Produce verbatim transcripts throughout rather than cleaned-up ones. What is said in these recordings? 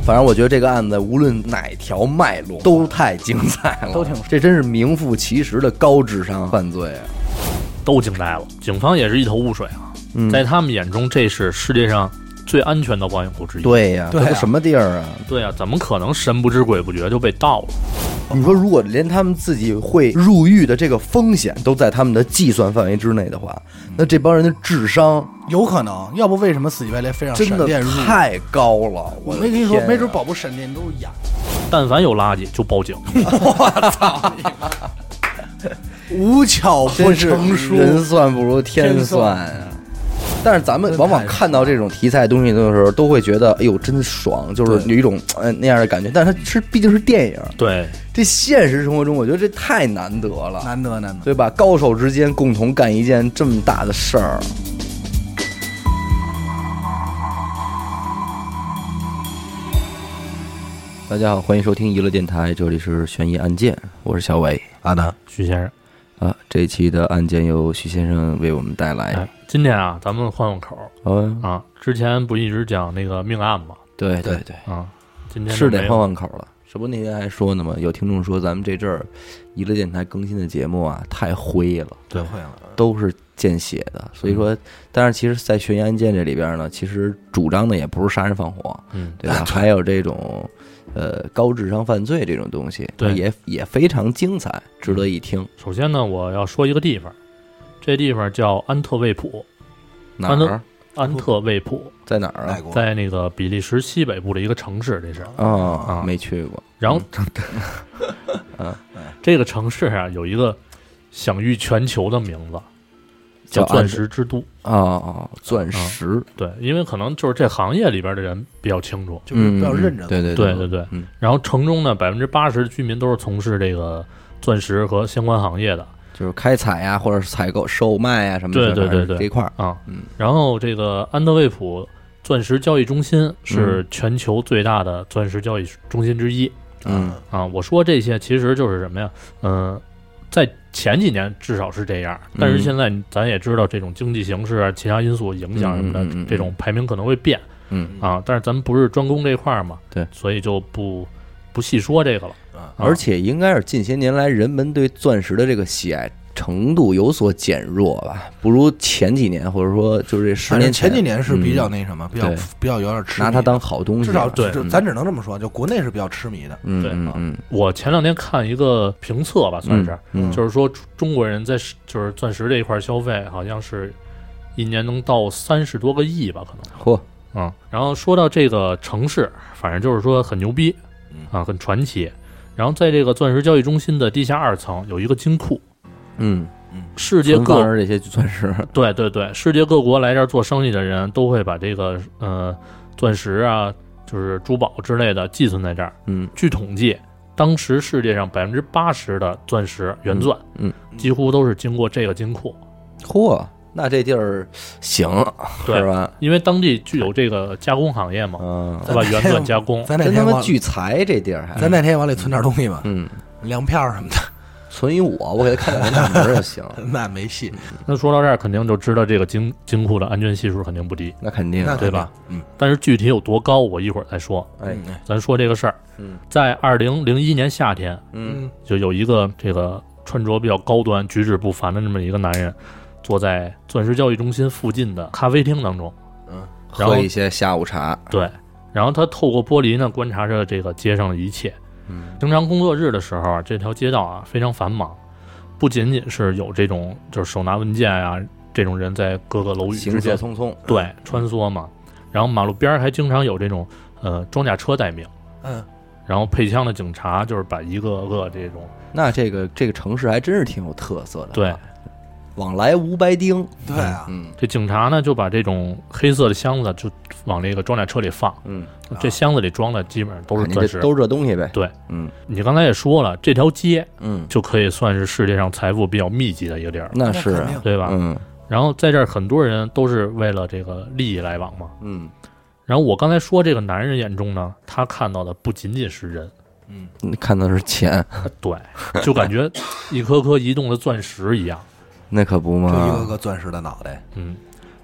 反正我觉得这个案子无论哪条脉络都太精彩了， 都挺这真是名副其实的高智商犯罪啊！ 都惊呆了，警方也是一头雾水啊。 嗯、 在他们眼中，这是世界上最安全的保险库之一。 对呀、啊， 对啊， 这什么地儿啊？ 对啊，怎么可能神不知鬼不觉就被盗了？ 你说，如果连他们自己会入狱的这个风险都在他们的计算范围之内的话，那这帮人的智商有可能，要不为什么死乞白赖非让闪电入？ 真的太高了！ 我没跟你说，没准保不闪电都是演。 但凡有垃圾就报警。 我操你妈！无巧不成书， 人算不如天算啊！但是咱们往往看到这种题材东西的时候，都会觉得哎呦真爽，就是有一种呃那样的感觉。但是它是毕竟是电影， 对， 这现实生活中我觉得这太难得了， 难得难得， 对吧？高手之间共同干一件这么大的事儿。大家好，欢迎收听娱乐电台，这里是悬疑案件，我是小伟， 阿南， 徐先生。 啊，这一期的案件由徐先生为我们带来。 哎、今天啊，咱们换换口。 哦啊，之前不一直讲那个命案吗？ 对对对， 啊，今天是得换换口了。这不那天还说呢吗？有听众说咱们这阵儿娱乐电台更新的节目啊，太灰了， 对，灰了， 都是见血的。所以说，但是其实，在悬疑案件这里边呢，其实主张的也不是杀人放火， 嗯， 对吧？还有这种。呃，高智商犯罪这种东西， 对， 也也非常精彩，值得一听。 首先呢，我要说一个地方，这地方叫安特卫普。 哪儿？ 安特卫普在哪儿啊？ 在那个比利时西北部的一个城市，这是哦、 啊， 没去过。 然后， 嗯、啊， 这个城市啊，有一个享誉全球的名字。叫钻石之都啊啊！钻石、 啊，对，因为可能就是这行业里边的人比较清楚， 就是比较认真。 对对对对对。 嗯， 然后城中呢，百分之八十的居民都是从事这个钻石和相关行业的， 就是开采呀、啊，或者是采购、售卖呀、啊、什么的。 对对对对， 这一块啊。 嗯。 然后这个安特卫普钻石交易中心是全球最大的钻石交易中心之一。 嗯啊，我说这些其实就是什么呀？嗯、呃，在前几年至少是这样，但是现在咱也知道这种经济形势啊、其他因素影响什么的， 嗯嗯嗯嗯这种排名可能会变。 嗯啊，但是咱们不是专攻这块嘛， 对， 所以就不不细说这个了。 啊、而且应该是近些年来人们对钻石的这个喜爱程度有所减弱吧，不如前几年，或者说就是这十年前， 前几年是比较那什么，嗯、比较比较有点痴迷， 拿它当好东西， 至少对， 咱只能这么说，就国内是比较痴迷的。 嗯， 对， 嗯嗯。 我前两天看一个评测吧，算是， 嗯嗯、 就是说中国人在就是钻石这一块消费，好像是一年能到三十多个亿吧，可能。 嚯， 嗯，然后说到这个城市，反正就是说很牛逼，啊，很传奇。然后在这个钻石交易中心的地下二层有一个金库， 嗯。 世界各这些钻石， 对对对，世界各国来这儿做生意的人都会把这个呃钻石啊，就是珠宝之类的寄存在这儿。 嗯， 据统计，当时世界上百分之八十的钻石原钻， 嗯， 嗯几乎都是经过这个金库。 嚯，那这地儿行，是吧？ 因为当地具有这个加工行业嘛， 嗯， 对吧？原钻加工， 咱那天他妈聚财，这地儿还， 咱那天往里存点东西吧， 嗯， 粮票什么的。 存于我，我给他看点大门就行。 那没戏。 那说到这儿，肯定就知道这个金金库的安全系数肯定不低。 那肯定， 对吧？ 嗯。 但是具体有多高，我一会儿再说。 哎， 咱说这个事儿。 嗯。 在二零零一年夏天， 嗯， 就有一个这个穿着比较高端、举止不凡的这么一个男人，坐在钻石交易中心附近的咖啡厅当中， 嗯，喝一些下午茶。 对。然后他透过玻璃呢，观察着这个街上的一切。 嗯， 平常工作日的时候啊，这条街道啊非常繁忙，不仅仅是有这种就是手拿文件啊这种人在各个楼宇之间行色匆匆， 对穿梭嘛，然后马路边还经常有这种呃装甲车待命， 嗯， 然后配枪的警察就是把一个个这种， 那这个这个城市还真是挺有特色的， 对， 往来无白丁， 对啊， 嗯， 这警察呢就把这种黑色的箱子就往这个装甲车里放， 嗯。 这箱子里装的基本上都是钻石， 都是这东西呗。 对， 嗯， 你刚才也说了，这条街， 嗯， 就可以算是世界上财富比较密集的一个地儿。 那是啊， 对吧？ 嗯。 然后在这儿很多人都是为了这个利益来往嘛。 嗯。 然后我刚才说这个男人眼中呢，他看到的不仅仅是人， 嗯，你看到的是钱， 对，就感觉一颗颗移动的钻石一样。 那可不嘛， 就一个个钻石的脑袋。 嗯。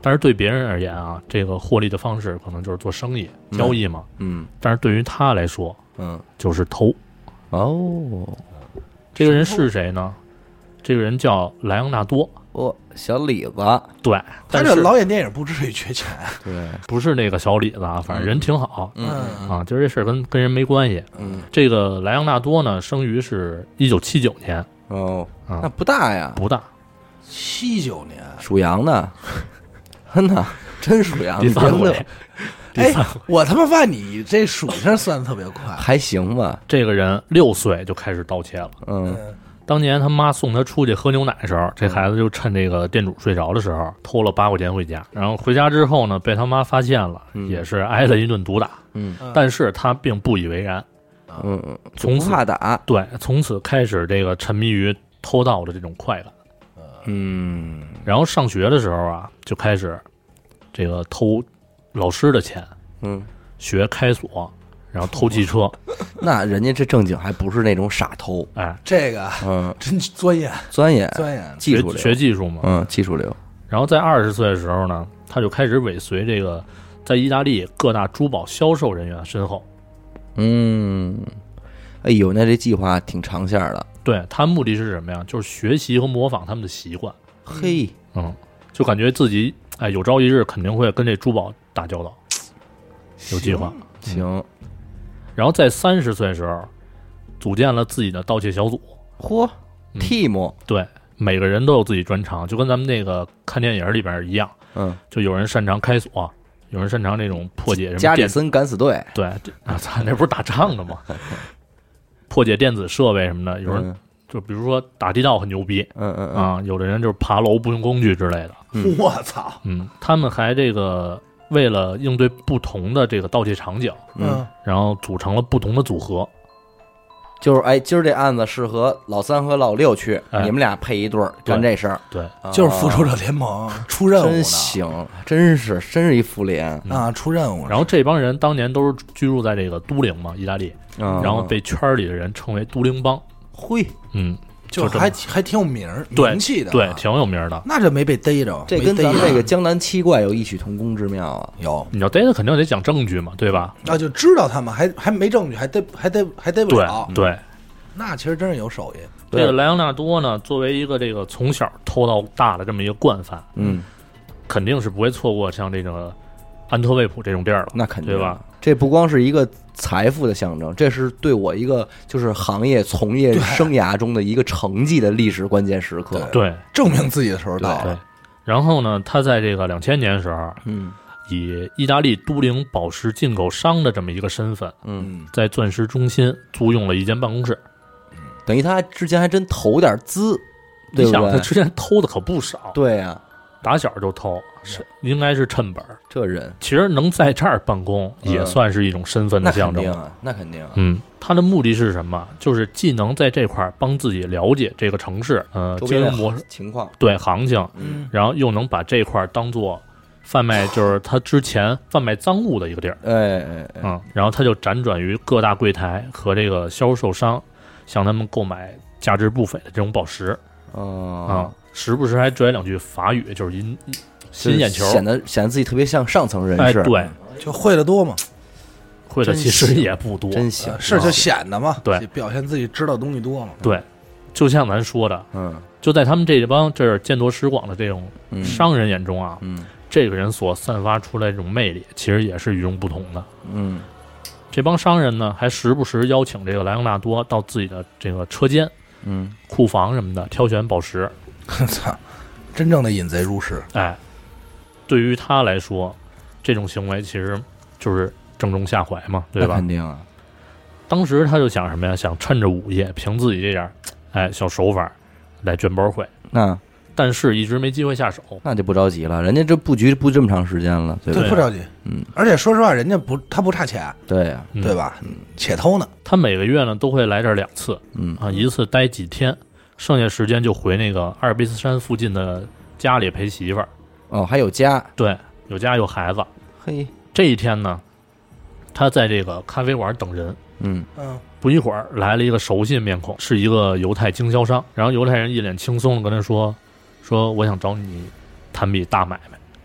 但是对别人而言啊，这个获利的方式可能就是做生意、 嗯、 交易嘛。 嗯， 但是对于他来说， 嗯， 就是偷。 哦， 这个人是谁呢？这个人叫莱昂纳多。 哦，小李子。 对， 他这老演电影不至于缺钱。 对， 不是那个小李子啊，反正人挺好。 嗯啊，就是这事儿跟跟人没关系。 嗯， 这个莱昂纳多呢，生于是一九七九年。 哦， 啊， 那不大呀， 不大。 七九年， 属羊的，真的，真属羊。 第三回， 哎，我他妈发现你这数上算的特别快， 还行吧。 这个人六岁就开始盗窃了。 嗯， 当年他妈送他出去喝牛奶的时候，这孩子就趁这个店主睡着的时候偷了八块钱回家。然后回家之后呢，被他妈发现了， 嗯、 也是挨了一顿毒打。 嗯， 但是他并不以为然。 嗯嗯， 从此怕打。 对，从此开始这个沉迷于偷盗的这种快感。 嗯， 然后上学的时候啊，就开始这个偷老师的钱， 嗯， 学开锁，然后偷汽车。 那人家这正经还不是那种傻偷， 哎， 这个嗯， 真钻研钻研钻研， 技术流， 学技术嘛， 嗯，技术流。 然后在二十岁的时候呢，他就开始尾随这个在意大利各大珠宝销售人员身后。 嗯，哎呦，那这计划挺长线的。 对，他目的是什么呀？就是学习和模仿他们的习惯。 嘿， 嗯，就感觉自己哎，有朝一日肯定会跟这珠宝打交道，有计划。 行。 嗯、然后在三十岁的时候，组建了自己的盗窃小组。 嚯、 嗯、 ，team。 对，每个人都有自己专长，就跟咱们那个看电影里边一样。 嗯， 就有人擅长开锁，有人擅长这种破解什么加里森敢死队。 对，啊，操，那不是打仗的吗？破解电子设备什么的，有人、嗯、就比如说打地道很牛逼， 嗯嗯啊，有的人就是爬楼不用工具之类的。 嗯、我操， 嗯，他们还这个为了应对不同的这个盗窃场景， 嗯， 然后组成了不同的组合。 就是哎，今儿这案子适合老三和老六去， 哎、 你们俩配一对儿干这事儿。 对， 啊、 就是复仇者联盟出任务的， 真行，真是真是一复联、 嗯、啊，出任务。 然后这帮人当年都是居住在这个都灵嘛，意大利， 嗯、 然后被圈里的人称为都灵帮。 嘿， 嗯， 就还还挺有名名气的、啊， 对，挺有名的。 那这没被逮着， 这跟咱们这个江南七怪有异曲同工之妙啊。 有， 你要逮他肯定得讲证据嘛，对吧？ 那就知道他们还还没证据，还逮还逮还逮不了。 对。对， 那其实真是有手艺。 这个莱昂纳多呢，作为一个这个从小偷到大的这么一个惯犯， 嗯， 肯定是不会错过像这个安特卫普这种地儿了。 那肯定， 对吧？ 这不光是一个财富的象征，这是对我一个就是行业从业生涯中的一个成绩的历史关键时刻。 对， 证明自己的时候到了。 对。然后呢，他在这个两千年的时候， 嗯， 以意大利都灵宝石进口商的这么一个身份， 嗯， 在钻石中心租用了一间办公室。 等于他之前还真投点资，对不对？ 你想他之前偷的可不少。 对呀、啊， 打小就偷，是应该是趁本。 这人其实能在这儿办公，也算是一种身份的象征。 嗯、那肯定啊，那肯定啊。 嗯，他的目的是什么？就是既能在这块帮自己了解这个城市，呃，经营模式情况， 对行情， 嗯， 然后又能把这块当做贩卖，就是他之前贩卖赃物的一个地儿。 哎哎哎， 嗯，然后他就辗转于各大柜台和这个销售商，向他们购买价值不菲的这种宝石。 哦， 啊、嗯，时不时还拽两句法语，就是引吸引眼球， 显得显得自己特别像上层人士。 哎，对， 就会的多嘛， 会的其实也不多， 真行， 呃、是就显得嘛， 对， 表现自己知道的东西多嘛。 对，就像咱说的， 嗯， 就在他们这帮这儿见多识广的这种商人眼中啊， 嗯， 这个人所散发出来这种魅力，其实也是与众不同的。 嗯， 这帮商人呢，还时不时邀请这个莱昂纳多到自己的这个车间、 嗯， 库房什么的挑选宝石。 操，真正的引贼入室。 哎，对于他来说，这种行为其实就是正中下怀嘛，对吧？ 肯定啊。 当时他就想什么呀？想趁着午夜，凭自己这点哎小手法来卷包会。 那但是一直没机会下手， 那就不着急了。人家这布局布这么长时间了，对吧？ 对，不着急。 嗯， 而且说实话，人家不他不差钱， 对呀、 嗯， 对吧？嗯，且偷呢。 他每个月呢都会来这儿两次， 嗯啊，一次待几天，剩下时间就回那个阿尔卑斯山附近的家里陪媳妇儿。 哦，还有家， 对，有家有孩子。 嘿， 这一天呢，他在这个咖啡馆等人。 嗯嗯， 不一会儿来了一个熟悉的面孔，是一个犹太经销商。然后犹太人一脸轻松的跟他说：“说我想找你谈笔大买卖。”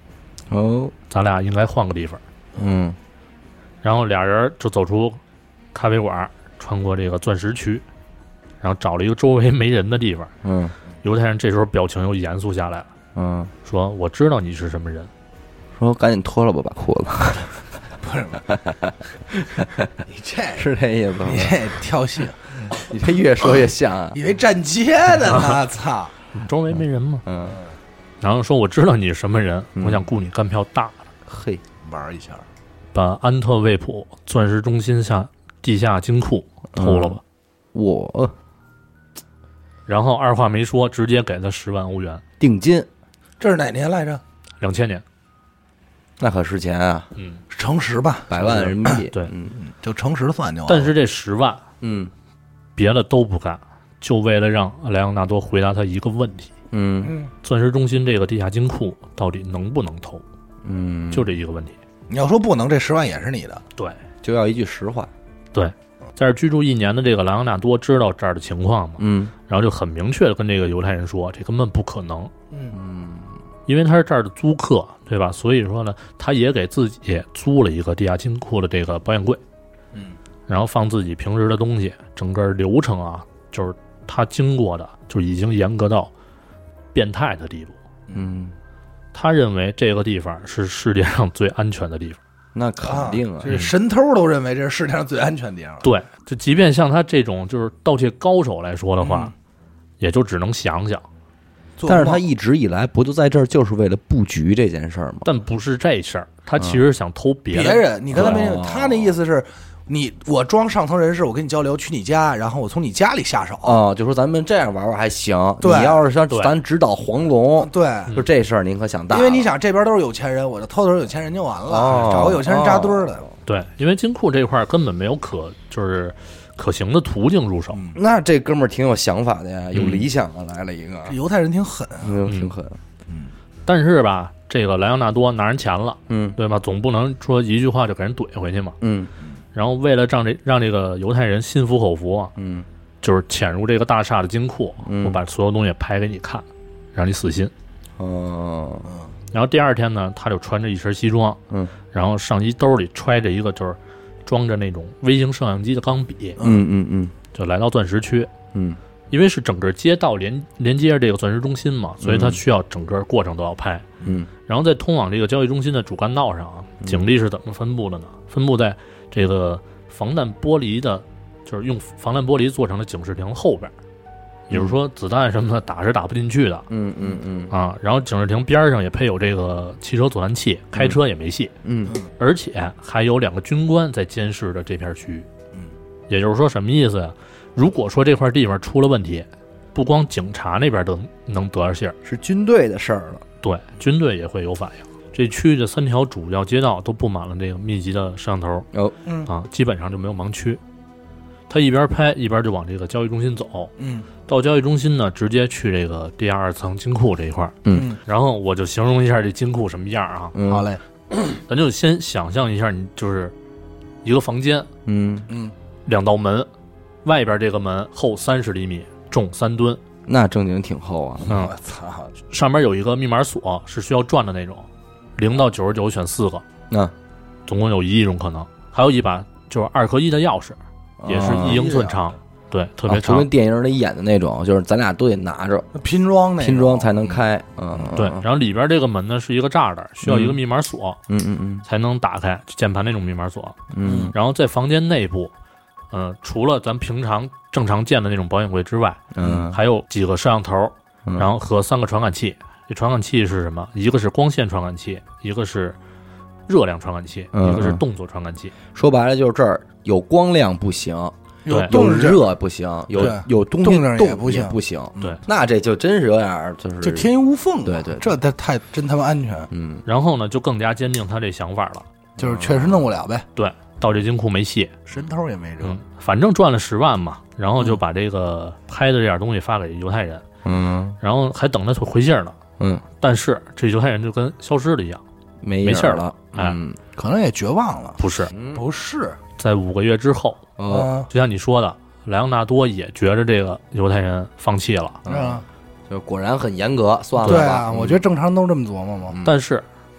哦， 咱俩应该换个地方。 嗯， 然后俩人就走出咖啡馆，穿过这个钻石区，然后找了一个周围没人的地方。 嗯， 犹太人这时候表情又严肃下来了， 嗯， 说：“我知道你是什么人。” 说赶紧脱了吧，把裤子。 不是，你这是这意思吗？ 你这挑衅， 你这越说越像啊。 以为站街的呢，操！ 周围没人吗？ 嗯， 然后说：“我知道你是什么人， 嗯我想雇你干票大的， 嘿， 玩一下， 把安特卫普钻石中心下地下金库偷了吧。 嗯”我然后二话没说，直接给他十万欧元， 定金， 这是哪年来着？ 两千年。 那可是钱啊， 嗯， 乘十吧， 百万人民币。 对， 嗯就乘十算就完了。 但是这十万嗯别的都不干，就为了让莱昂纳多回答他一个问题： 嗯嗯， 钻石中心这个地下金库到底能不能偷？ 嗯， 就这一个问题。 你要说不能，这十万也是你的。 对， 就要一句实话。 对，在这居住一年的这个莱昂纳多知道这儿的情况嘛， 嗯然后就很明确的跟这个犹太人说，这根本不可能， 嗯， 因为他是这儿的租客，对吧？所以说呢，他也给自己租了一个地下金库的这个保险柜， 嗯， 然后放自己平时的东西，整个流程啊，就是他经过的，就已经严格到变态的地步。 嗯， 他认为这个地方是世界上最安全的地方。 那肯定啊这。神偷都认为这是世界上最安全的地方。 对，就即便像他这种就是盗窃高手来说的话， 嗯也就只能想想， 但是他一直以来不就在这儿就是为了布局这件事儿吗？ 但不是这事儿，他其实想偷别的。 别人，你跟他没哦， 他那意思是，你我装上层人士，我跟你交流，去你家，然后我从你家里下手。 哦，就说咱们这样玩玩还行。 对你要是想对咱指导黄龙， 对， 就这事儿您可想大了。 因为你想这边都是有钱人，我就偷偷有钱人就完了， 哦找个有钱人扎堆儿的。 对，因为金库这块儿根本没有可就是可行的途径入手。 嗯那这哥们儿挺有想法的呀，有嗯理想啊，来了一个这，犹太人挺狠， 嗯，挺狠。 但是吧，这个莱昂纳多拿人钱了， 嗯对吧？总不能说一句话就给人怼回去嘛。 嗯然后为了让这让这个犹太人心服口服啊， 嗯就是潜入这个大厦的金库， 嗯我把所有东西拍给你看，让你死心。 哦然后第二天呢，他就穿着一身西装， 嗯， 然后上衣兜里揣着一个就是装着那种微型摄像机的钢笔， 嗯嗯嗯就来到钻石区。 嗯因为是整个街道连连接着这个钻石中心嘛，所以他需要整个过程都要拍。 嗯然后在通往这个交易中心的主干道上啊，警力是怎么分布的呢？分布在这个防弹玻璃的，就是用防弹玻璃做成的警示亭后边，也就是说子弹什么的打是打不进去的嗯嗯嗯啊。然后警示亭边上也配有这个汽车阻断器，开车也没戏。 嗯而且还有两个军官在监视着这片区域。 嗯， 也就是说什么意思呀？如果说这块地方出了问题，不光警察那边都能得着信儿， 是军队的事儿了。 对，军队也会有反应。这区域的三条主要街道都布满了这个密集的摄像头， 哦嗯啊，基本上就没有盲区。他一边拍一边就往这个交易中心走， 嗯到交易中心呢，直接去这个地下二层金库这一块儿。 嗯然后我就形容一下这金库什么样啊？ 嗯， 好嘞， 咱就先想象一下，你就是一个房间， 嗯， 嗯两道门，外边这个门厚三十厘米，重三吨， 那正经挺厚啊。 嗯我，操， 上面有一个密码锁，是需要转的那种，零到九十九选四个， 那总共有一亿种可能。还有一把就是二合一的钥匙，也是一英寸长，对，特别长啊就跟。电影里演的那种，就是咱俩都得拿着拼装那种拼装才能开。嗯， 对，然后里边这个门呢是一个栅栏，需要一个密码锁嗯嗯嗯才能打开，键盘那种密码锁。 嗯然后在房间内部，嗯、除了咱平常正常见的那种保险柜之外， 嗯， 还有几个摄像头， 嗯然后和三个传感器。这传感器是什么？一个是光线传感器，一个是热量传感器， 嗯一个是动作传感器。 说白了就是这儿有光亮不行， 对有动静热不行，有对有东西动静也动不行不行。 对， 那这就真是有点儿就是就天衣无缝嘛， 对对对这太太真他妈安全， 嗯然后呢，就更加坚定他这想法了。 就是确实弄不了呗， 对，盗这金库没戏， 神偷也没辙嗯，，反正赚了十万嘛，然后就把这个拍的这点东西发给犹太人， 嗯然后还等他回信儿呢。 嗯， 但是这犹太人就跟消失了一样， 没没信儿影了。 哎嗯可能也绝望了， 不是嗯不是， 在五个月之后， 哦嗯就像你说的，莱昂纳多也觉着这个犹太人放弃了， 嗯， 就果然很严格，算了吧。 对啊， 嗯我觉得正常都这么琢磨嘛， 嗯但是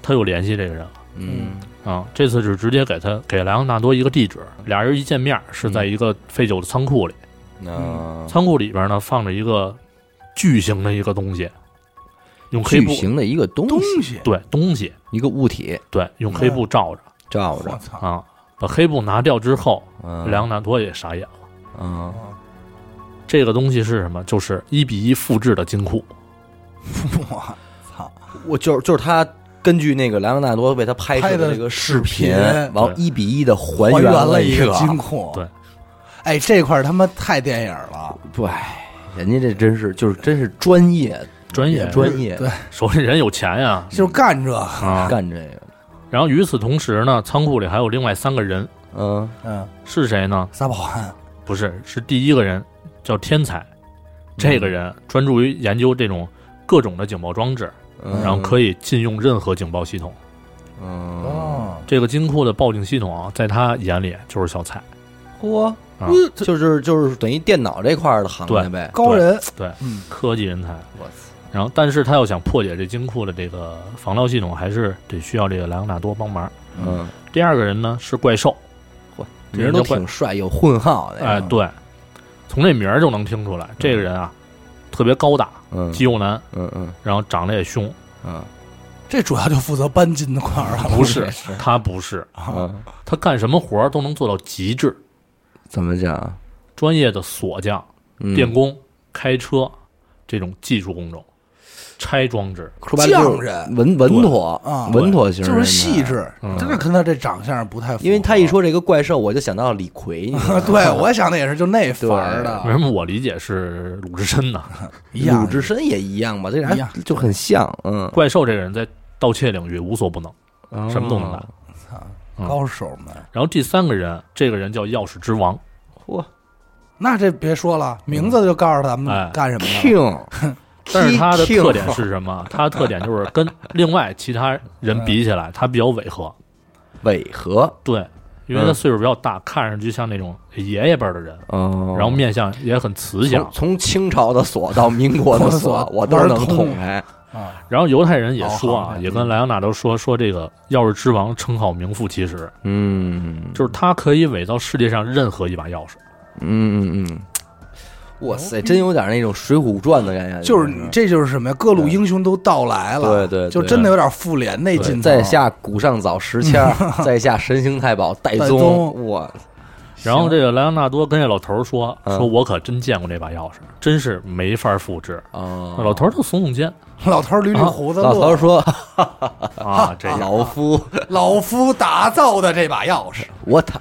他又联系这个人了。 嗯啊，这次是直接给他给莱昂纳多一个地址，俩人一见面是在一个废旧的仓库里， 啊， 仓库里边呢放着一个巨型的一个东西，用黑布巨型的一个东东西， 西， 对东西一个物体对用黑布罩着、 罩着我操， 啊，把黑布拿掉之后， 嗯莱昂纳多也傻眼了。 嗯这个东西是什么？就是一比一复制的金库。 我操， 我就是就是他根据那个莱昂纳多为他拍摄的这个视频，完一比一的还还原了一个金库。 对， 哎，这块他妈太电影了。 对，人家这真是就是真是专业专业专业， 对， 手里人有钱呀， 就干这啊干这个。 然后与此同时呢，仓库里还有另外三个人， 嗯嗯， 是谁呢？ 撒保安， 不是，是第一个人叫天才，这个人专注于研究这种各种的警报装置， 嗯， 然后可以禁用任何警报系统。 嗯哦， 这个金库的报警系统啊，在他眼里就是小菜嚯， 啊， 就是就是等于电脑这块儿的行业呗， 高人， 对， 嗯， 科技人才。 我操， 然后，但是他要想破解这金库的这个防盗系统，还是得需要这个莱昂纳多帮忙。 嗯， 第二个人呢是怪兽， 嚯，这人都叫怪挺帅，有混号的， 哎，对，从这名儿就能听出来，这个人啊特别高大， 嗯肌肉男， 嗯嗯然后长得也凶。 嗯这主要就负责搬金的块儿了。 不是，他不是， 嗯， 他干什么活儿都能做到极致， 怎么讲？ 专业的锁匠、 嗯电工、开车这种技术工种，拆装置。 说白了就是匠人稳稳妥啊稳妥型， 就是细。致， 嗯真的跟他这长相不太符合。 因为他一说这个怪兽，我就想到李逵，你知道吗对，我想的也是，就那范儿的为，什么我理解是鲁智深呢？ 一样鲁智深也一样吧，这一样俩就很像，嗯， 怪兽这个人在盗窃领域无所不能， 哦什么都能干。 操嗯高手们。 然后第三个人，这个人叫钥匙之王， 嚯那这别说了，名字就告诉咱哎们干什么的了。 ，king， 但是他的 King 特点是什么？他的特点就是跟另外其他人比起来，他比较违和。 违和， 对，因为他岁数比较大，看上去像那种爷爷辈儿的人， 哦， 然后面相也很慈祥从。从清朝的锁到民国的锁，我都能捅开， 啊， 然后犹太人也说啊， 好好也跟莱昂纳多说说这个钥匙之王称号名副其实， 嗯， 就是他可以伪造世界上任何一把钥匙。 嗯嗯嗯，哇塞，真有点那种《水浒传》的感觉， 就是你，这就是什么呀？各路英雄都到来了， 对对对就真的有点复联那劲头。 在下古上早石谦儿，在下神行太保戴戴宗， 宗哇， 然后这个莱昂纳多跟这老头儿说嗯说，我可真见过这把钥匙，真是没法复制。 哦， 老头儿就耸耸肩老头捋捋胡子乐， 老头说， 啊，这样老夫老夫打造的这把钥匙，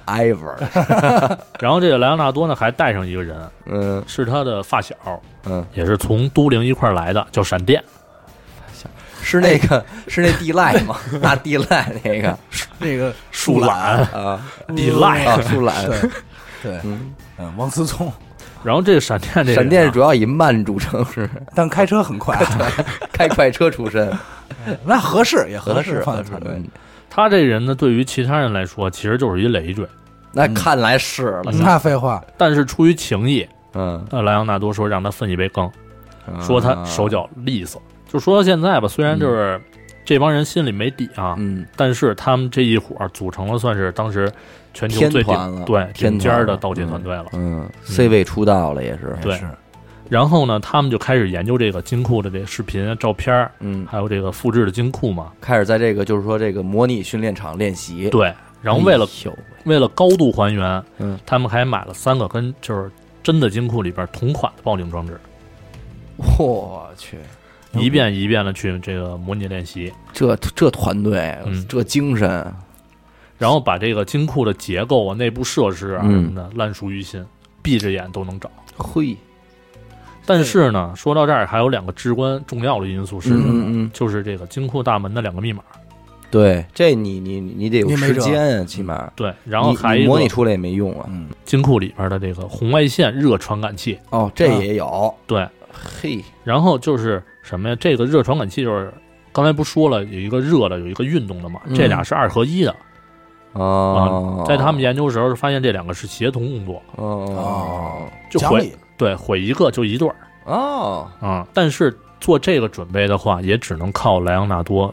whatever， 然后这个莱昂纳多呢还带上一个人， 嗯是他的发小， 嗯， 也是从都灵一块儿来的，叫闪电。 是那个是那地赖吗？拿地赖那个那个树懒啊， 地赖啊，树懒， 对对， 嗯， 嗯，王思聪， 然后这个闪电这个人啊闪电主要以慢著称，是但开车很快， 开快车出身， 那合适也合合适放在团队。 嗯他这人呢，对于其他人来说，其实就是一累赘。 那看来是了， 那废话， 但是出于情义， 嗯， 呃，莱昂纳多说让他分一杯羹， 嗯说他手脚利索。就说到现在吧，虽然就是这帮人心里没底啊， 嗯， 但是他们这一伙儿组成了算是当时全球最天团了顶对天顶尖儿团了的盗窃团队了。 嗯，C 位出道了也是， 对是然后呢，他们就开始研究这个金库的这个视频、照片儿， 嗯， 还有这个复制的金库嘛。 开始在这个就是说这个模拟训练场练习， 对，然后为了、 哎呦为了高度还原， 嗯， 他们还买了三个跟就是真的金库里边同款的报警装置， 我去， 一遍一遍的去这个模拟练习， 这这团队嗯这精神， 然后把这个金库的结构啊、内部设施啊嗯什么的烂熟于心，闭着眼都能找。 嘿， 但是呢，说到这儿还有两个至关重要的因素是什么呢？ 嗯嗯嗯， 就是这个金库大门的两个密码。 对，这你你你得有你没辙时间啊，起码， 对，然后你还一个你模拟出来也没用啊。 嗯， 金库里边的这个红外线热传感器。 哦，这也有， 对， 嘿， 然后就是什么呀？这个热传感器就是刚才不说了，有一个热的，有一个运动的嘛， 嗯这俩是二合一的。 哦， 在他们研究的时候，发现这两个是协同工作， 哦就毁讲理对毁一个就一对儿哦， 啊。但是做这个准备的话，也只能靠莱昂纳多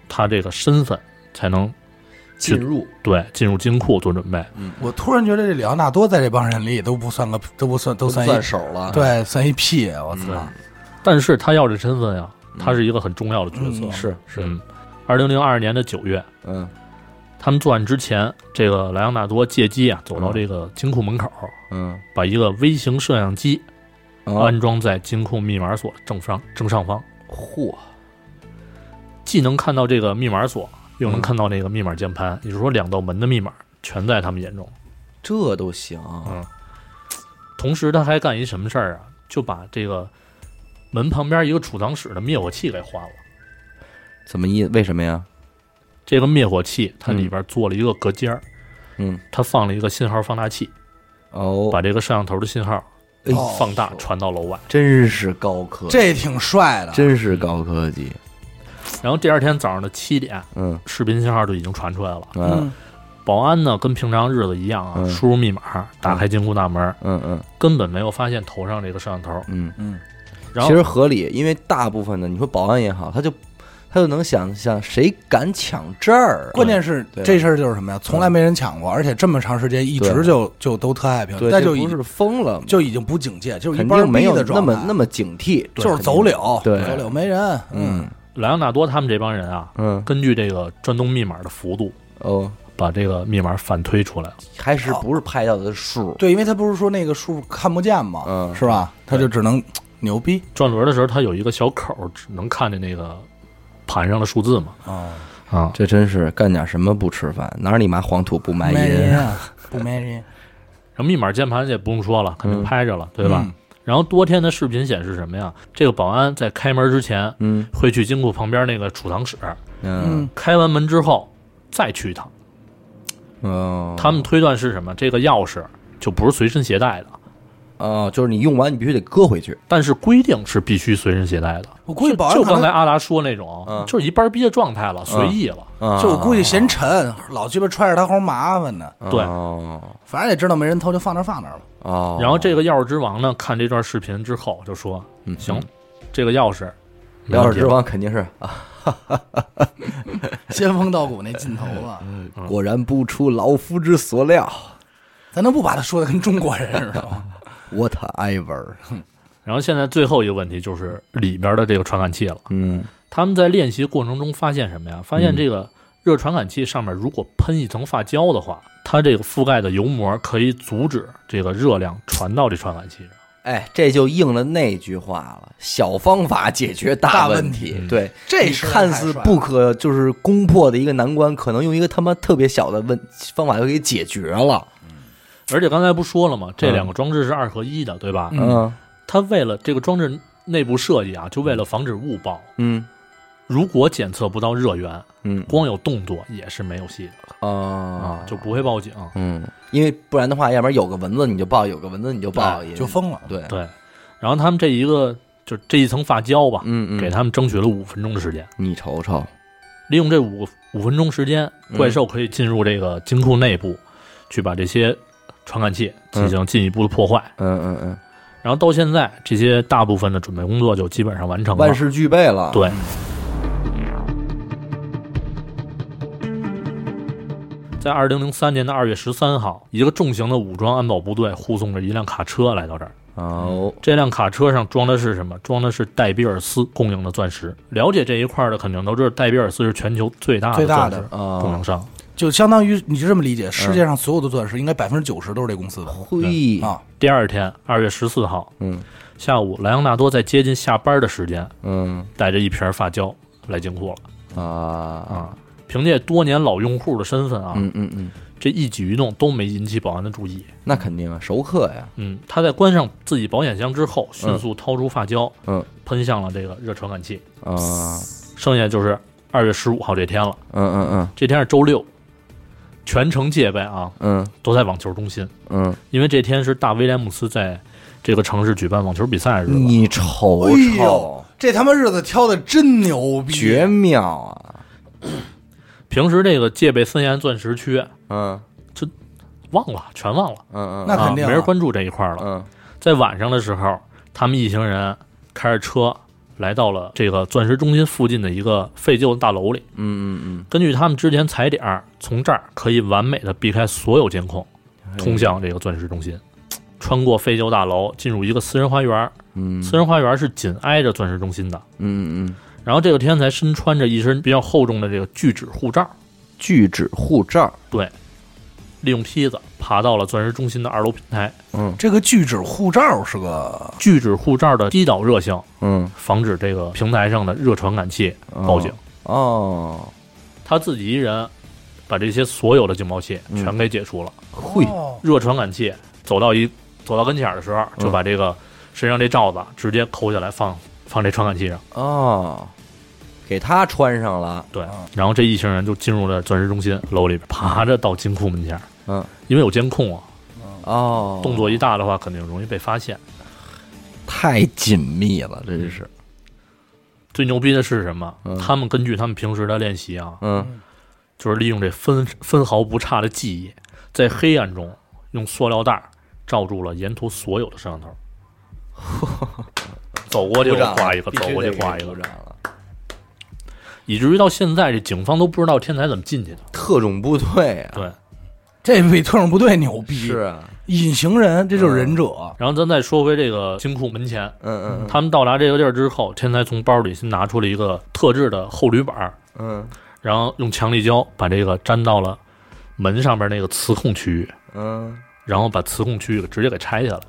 他这个身份才能进入对进入金库做准备。 嗯，我突然觉得这里奥纳多在这帮人里都不算个都不算都算算手了， 对，算一屁，我操！ 嗯、但是他要这身份呀，他是一个很重要的角色， 嗯、 是是。 嗯，二零零二年的九月， 嗯， 他们作案之前，这个莱昂纳多借机啊走到这个金库门口， 嗯， 把一个微型摄像机。 哦、 安装在金库密码锁正上正上方， 嚯！ 既能看到这个密码锁，又能看到那个密码键盘，嗯、也就是说两道门的密码全在他们眼中， 这都行。 嗯。同时，他还干一什么事儿啊？就把这个门旁边一个储藏室的灭火器给换了。 怎么意？为什么呀？ 这个灭火器它里边做了一个隔间儿， 嗯， 它放了一个信号放大器， 哦， 把这个摄像头的信号。 哦、 放大传到楼外， 真是高科技， 这挺帅的， 真是高科技。 然后第二天早上的七点， 嗯， 视频信号就已经传出来了。 嗯， 保安呢跟平常日子一样啊， 嗯、 输入密码，打开金库大门， 嗯嗯， 根本没有发现头上这个摄像头。 嗯嗯， 然后其实合理，因为大部分的你说保安也好，他就。他就能想象谁敢抢这儿， 关键是这事儿就是什么呀？从来没人抢过，而且这么长时间一直就就都特太平，那就不是疯了， 就已经不警戒，就是肯定没有那么那么警惕， 就是走柳， 对， 走柳没人。 嗯， 莱昂纳多他们这帮人啊， 嗯， 根据这个转动密码的幅度， 哦， 把这个密码反推出来了， 还是不是拍到的数？ 对，因为他不是说那个数看不见嘛， 嗯， 是吧？他就只能牛逼。 转轮的时候，他有一个小口，只能看见那个。盘上的数字嘛， 哦啊， 这真是干点什么不吃饭，哪里妈黄土不埋银啊，不埋银。 然后密码键盘也不用说了，肯定拍着了， 嗯、 对吧？嗯、然后多天的视频显示什么呀？这个保安在开门之前， 嗯， 会去金库旁边那个储藏室， 嗯， 开完门之后再去一趟。 哦， 他们推断是什么？这个钥匙就不是随身携带的。 哦，就是你用完你必须得搁回去， 但是规定是必须随身携带的。 我估计保安就刚才阿达说那种， 嗯、 就是一班逼的状态了， 嗯、 随意了。 嗯、 就我估计嫌沉，老鸡巴揣着它齁麻烦呢。 对， 哦、 反正也知道没人偷，就放那放那了。 哦。 然后这个钥匙之王呢，看这段视频之后就说：“ 嗯， 行，这个钥匙， 钥匙之王肯定是啊， 仙风道骨那劲头了， 嗯、果然不出老夫之所料。 咱能不把他说的跟中国人似的吗？” Whatever， 然后现在最后一个问题就是里边的这个传感器了。 嗯， 他们在练习过程中发现什么呀？发现这个热传感器上面如果喷一层发胶的话，它这个覆盖的油膜可以阻止这个热量传到这传感器上。 哎，这就应了那句话了：小方法解决大问题。 问题对， 这是看似不可就是攻破的一个难关，可能用一个他妈特别小的问方法就给解决了。 而且刚才不说了吗？这两个装置是二合一的，对吧？ 嗯， 它为了这个装置内部设计啊，就为了防止误报。 嗯， 如果检测不到热源， 嗯， 光有动作也是没有戏的啊、 啊，就不会报警。 嗯，因为不然的话，要不然有个蚊子你就报，有个蚊子你就报，也就疯了。 对对。然后他们这一个就这一层发胶吧， 嗯嗯， 给他们争取了五分钟的时间。 你瞅瞅， 利用这五五分钟时间，怪兽可以进入这个金库内部，嗯、去把这些传感器进行进一步的破坏。 嗯嗯嗯。 然后到现在，这些大部分的准备工作就基本上完成了， 万事俱备了。 对。在二零零三年的二月十三号，一个重型的武装安保部队护送着一辆卡车来到这儿。 哦， 这辆卡车上装的是什么？装的是戴比尔斯供应的钻石。了解这一块的肯定都知道，戴比尔斯是全球最大的钻石供应商。 就相当于你就这么理解，世界上所有的钻石应该百分之九十都是这公司的。 嘿、 啊！ 第二天，二月十四号， 嗯， 下午，莱昂纳多在接近下班的时间， 嗯， 带着一瓶发胶来金库了。 啊啊！凭借多年老用户的身份啊， 嗯嗯嗯， 这一举一动都没引起保安的注意。 那肯定啊，熟客呀。 嗯，他在关上自己保险箱之后，迅速掏出发胶， 嗯， 喷向了这个热传感器。 啊， 剩下就是二月十五号这天了。 嗯嗯嗯， 这天是周六。全程戒备啊， 嗯， 都在网球中心， 嗯， 因为这天是大威廉姆斯在这个城市举办网球比赛的日子。 你瞅瞅， 哎、这他妈日子挑的真牛逼， 绝妙啊！ 平时这个戒备森严钻石区， 嗯， 就忘了，全忘了， 嗯嗯， 那肯定、 啊、没人关注这一块了。 嗯， 在晚上的时候，他们一行人开着车来到了这个钻石中心附近的一个废旧的大楼里。 嗯嗯嗯， 根据他们之前踩点，从这儿可以完美的避开所有监控，通向这个钻石中心。穿过废旧大楼，进入一个私人花园。 嗯， 私人花园是紧挨着钻石中心的。 嗯嗯， 然后这个天才身穿着一身比较厚重的这个聚酯护罩。 聚酯护罩， 对，利用梯子爬到了钻石中心的二楼平台。 嗯， 这个聚酯护罩是个聚酯护罩的低导热性， 嗯， 防止这个平台上的热传感器报警。 哦， 他自己一人把这些所有的警报器全给解除了。 会、 哦、 热传感器走到一走到跟前的时候，就把这个身上这罩子直接抠下来放放这传感器上。 哦，给他穿上了。 对，然后这一行人就进入了钻石中心楼里边，爬着到金库门前。 嗯， 因为有监控啊。 哦， 动作一大的话，肯定容易被发现。 太紧密了，真是。 最牛逼的是什么？ 嗯、 他们根据他们平时的练习啊， 嗯， 就是利用这分分毫不差的记忆，在黑暗中用塑料袋罩住了沿途所有的摄像头。走过去挂一个，走过去挂一个，以至于到现在，这警方都不知道天才怎么进去的。 特种部队啊， 对， 这比特种部队牛逼。 是啊， 隐形人，这就是忍者。 嗯、然后咱再说回这个金库门前， 嗯 嗯, 嗯， 他们到达这个地儿之后，天才从包里先拿出了一个特制的厚铝板， 嗯， 然后用强力胶把这个粘到了门上面那个磁控区域， 嗯， 然后把磁控区域直接给拆下来。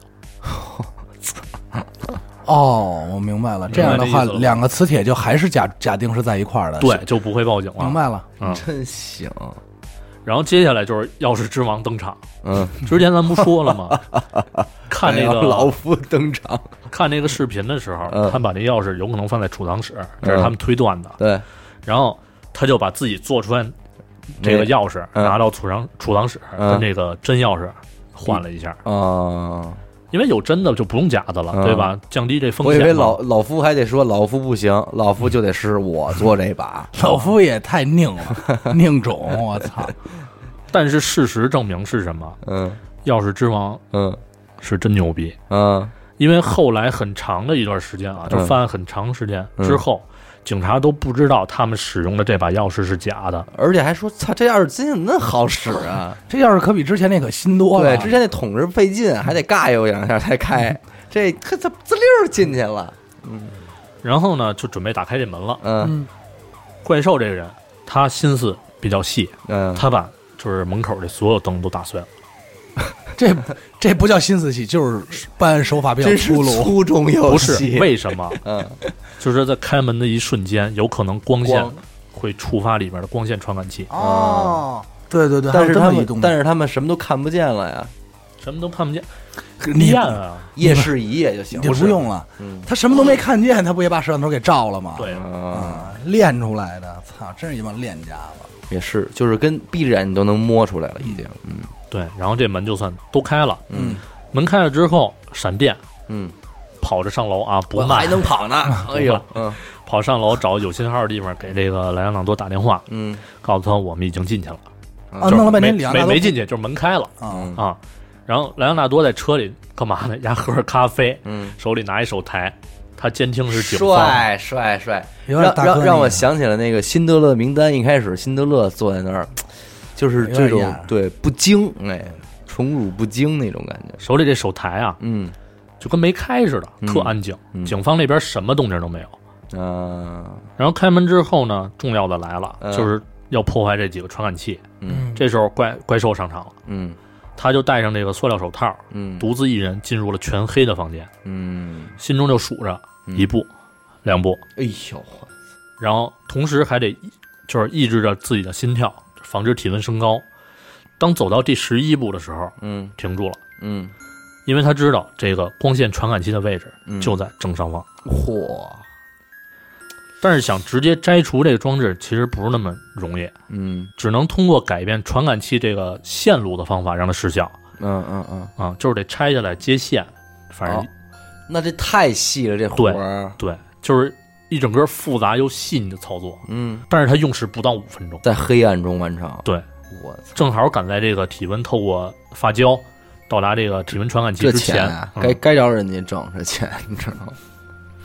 哦，我明白了。这样的话，两个磁铁就还是假假定是在一块儿的， 对，就不会报警了。 明白了， 嗯， 真行。 然后接下来就是钥匙之王登场。 嗯， 之前咱不说了吗？看那个老夫登场， 看那个视频的时候， 嗯、 他把那钥匙有可能放在储藏室，这是他们推断的。 嗯、对， 然后他就把自己做出来这个钥匙、 嗯、 拿到储藏储藏室， 嗯、 跟这个真钥匙换了一下。 啊、嗯。 因为有真的就不用假的了， 嗯、 对吧？降低这风险。 我以为老老夫还得说老夫不行，老夫就得是我做这把。 老夫也太拧了，拧种，我操！ 但是事实证明是什么？ 嗯， 钥匙之王， 嗯， 是真牛逼。 嗯， 因为后来很长的一段时间啊，就犯案很长时间之后。嗯警察都不知道他们使用的这把钥匙是假的， 而且还说：“操，这钥匙真怎么那好使啊？ 这钥匙可比之前那可新多了。 对，之前那捅着费劲，还得尬悠两下才开，这可它滋溜进去了。嗯， 然后呢，就准备打开这门了。 嗯， 怪兽这个人他心思比较细， 嗯， 他把就是门口这所有灯都打碎了。 这这不叫心思细，就是办案手法比较粗鲁， 粗中有细。 不是为什么？ 嗯， 就是在开门的一瞬间，有可能光线会触发里面的光线传感器。 哦，对对对， 但是他们但是是他们什么都看不见了呀， 什么都看不见。 你啊， 夜视一夜就行， 你不用了。 嗯， 他什么都没看见，他不也把摄像头给照了吗？ 对啊，练出来的，操，真是一帮练家子。 也是，就是跟闭着眼你都能摸出来了，已经。嗯， 对，然后这门就算都开了。 嗯， 门开了之后，闪电， 嗯， 跑着上楼啊，不慢， 还能跑呢。哎呦，嗯， 跑上楼找有信号的地方，给这个莱昂纳多打电话， 嗯， 告诉他我们已经进去了。 啊，弄了半天， 没没进去，就是门开了。 啊啊，然后莱昂纳多在车里干嘛呢？丫喝着咖啡， 嗯， 手里拿一手台。他监听是警方， 帅帅帅，让让让我想起了那个辛德勒名单。一开始辛德勒坐在那儿，就是这种对不惊，哎，宠辱不惊那种感觉。 手里这手台啊， 嗯， 就跟没开似的，特安静。 嗯、 警方那边什么动静都没有。 啊， 然后开门之后呢，重要的来了， 嗯、 就是要破坏这几个传感器。 嗯， 这时候怪怪兽上场了。 嗯。 他就戴上这个塑料手套， 嗯， 独自一人进入了全黑的房间， 嗯， 心中就数着一步、嗯、两步， 哎呦， 然后同时还得就是抑制着自己的心跳，防止体温升高。当走到第十一步的时候， 嗯， 停住了， 嗯， 因为他知道这个光线传感器的位置就在正上方。 嚯、 嗯！但是想直接摘除这个装置，其实不是那么容易。 嗯， 只能通过改变传感器这个线路的方法让它失效。 嗯嗯嗯， 啊，就是得拆下来接线。反正、 哦，那这太细了，这活儿。 对，就是一整个复杂又细腻的操作。 嗯， 但是它用时不到五分钟， 在黑暗中完成。 对， 我正好赶在这个体温透过发胶到达这个体温传感器之前， 这钱啊，该、嗯、该着人家挣这钱，你知道吗？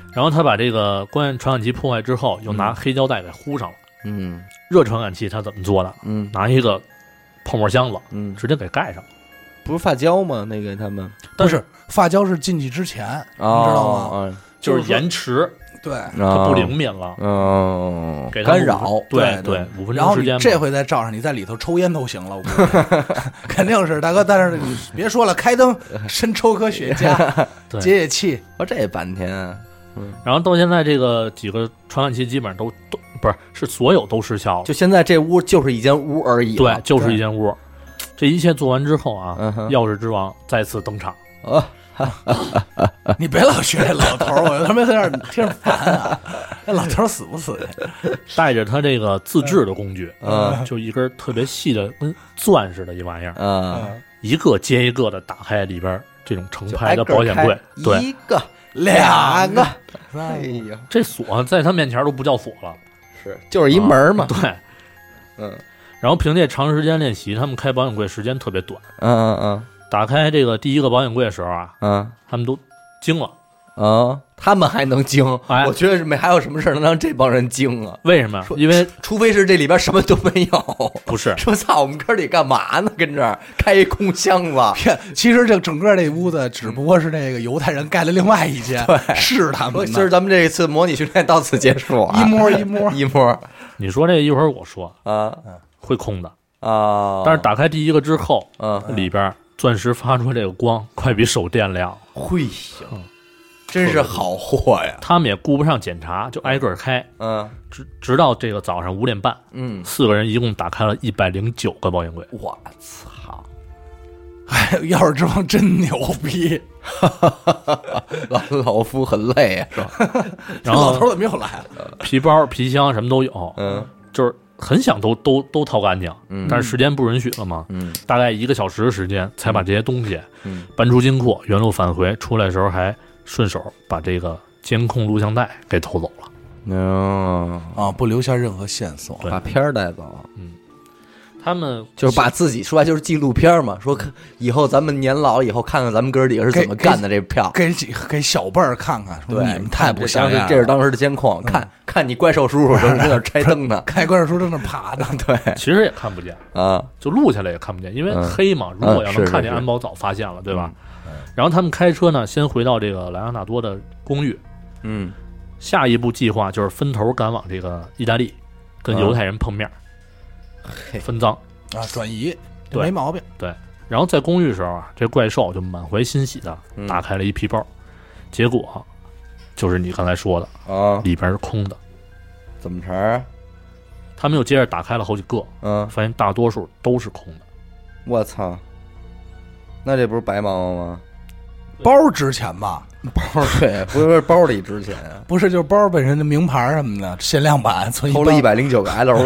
然后他把这个关传感器破坏之后，又拿黑胶带给糊上了。 嗯， 热传感器他怎么做的？ 嗯， 拿一个泡沫箱子， 嗯， 直接给盖上。 不是发胶吗？那个他们但是发胶是进去之前， 哦、 你知道吗？ 哦、 就是延迟， 对， 它不灵敏了， 哦， 给干扰， 对对，五分钟时间。 然后这回再照上，你在里头抽烟都行了，我肯定是大哥。但是你别说了，开灯深抽颗雪茄，解解气。 我这半天， 嗯，然后到现在这个几个传感器基本上都都不是是所有都失效了， 就现在这屋就是一间屋而已， 对，就是一间屋。这一切做完之后啊， 嗯、 钥匙之王再次登场。 啊你别老学这老头，我他妈有点听着烦啊！那老头死不死？ 带着他这个自制的工具， 嗯， 就一根特别细的，跟钻似的一玩意儿， 嗯， 一个接一个的打开里边这种成排的保险柜，对， 一个、 两个， 哎呀， 这锁在他面前都不叫锁了， 是就是一门嘛， 啊、对， 嗯。 然后凭借长时间练习，他们开保险柜时间特别短。 嗯嗯嗯， 打开这个第一个保险柜的时候啊， 嗯， 他们都惊了。 啊，他们还能惊？ 哎， 我觉得没还有什么事能让这帮人惊啊？ 为什么？因为除非是这里边什么都没有。 不是， 说操，我们哥里干嘛呢？跟这儿开一空箱子。 其实这整个这屋子只不过是那个犹太人盖了另外一间， 对， 是他们。 其实咱们这一次模拟训练到此结束啊， 一摸一摸一摸。 你说这一会儿我说啊， 会空的。 啊！ 但是打开第一个之后， 嗯， 里边钻石发出这个光，快比手电亮。 会呀，真是好货呀！ 他们也顾不上检查，就挨个开。 嗯， 直直到这个早上五点半， 嗯， 四个人一共打开了一百零九个保险柜。 我操！ 哎，钥匙之王真牛逼！ 老老夫很累啊，是吧？ 然后老头怎么又来了？皮包、皮箱什么都有。 嗯， 就是。很想都都都掏干净， 嗯， 但是时间不允许了嘛， 嗯， 大概一个小时的时间才把这些东西， 嗯， 搬出金库，原路返回，出来的时候还顺手把这个监控录像带给偷走了， 哦， 啊，不留下任何线索， 把片儿带走， 嗯，他们就是把自己说白就是纪录片嘛，说以后咱们年老以后看看咱们哥几个是怎么干的这票， 给给给小辈儿看看，说你们太不像样， 这是当时的监控，看看你怪兽叔叔正在那拆灯呢， 开怪兽叔正在那爬呢， 对， 其实也看不见啊， 就录下来也看不见，因为黑嘛，如果要能看见，安保早发现了，对吧？然后他们开车呢，先回到这个莱昂纳多的公寓， 嗯， 下一步计划就是分头赶往这个意大利，跟犹太人碰面，分赃。 啊，转移对没毛病。 对，然后在公寓的时候啊，这怪兽就满怀欣喜的打开了一皮包，嗯、结果就是你刚才说的啊， 里边是空的。 怎么着？ 他们又接着打开了好几个， 嗯， 发现大多数都是空的。 我操！那这不是白忙活吗？ 包值钱吧？ 包对，不是包里值钱啊？ 不是，就是包本身的名牌什么的，限量版，所以偷了一百零九个 L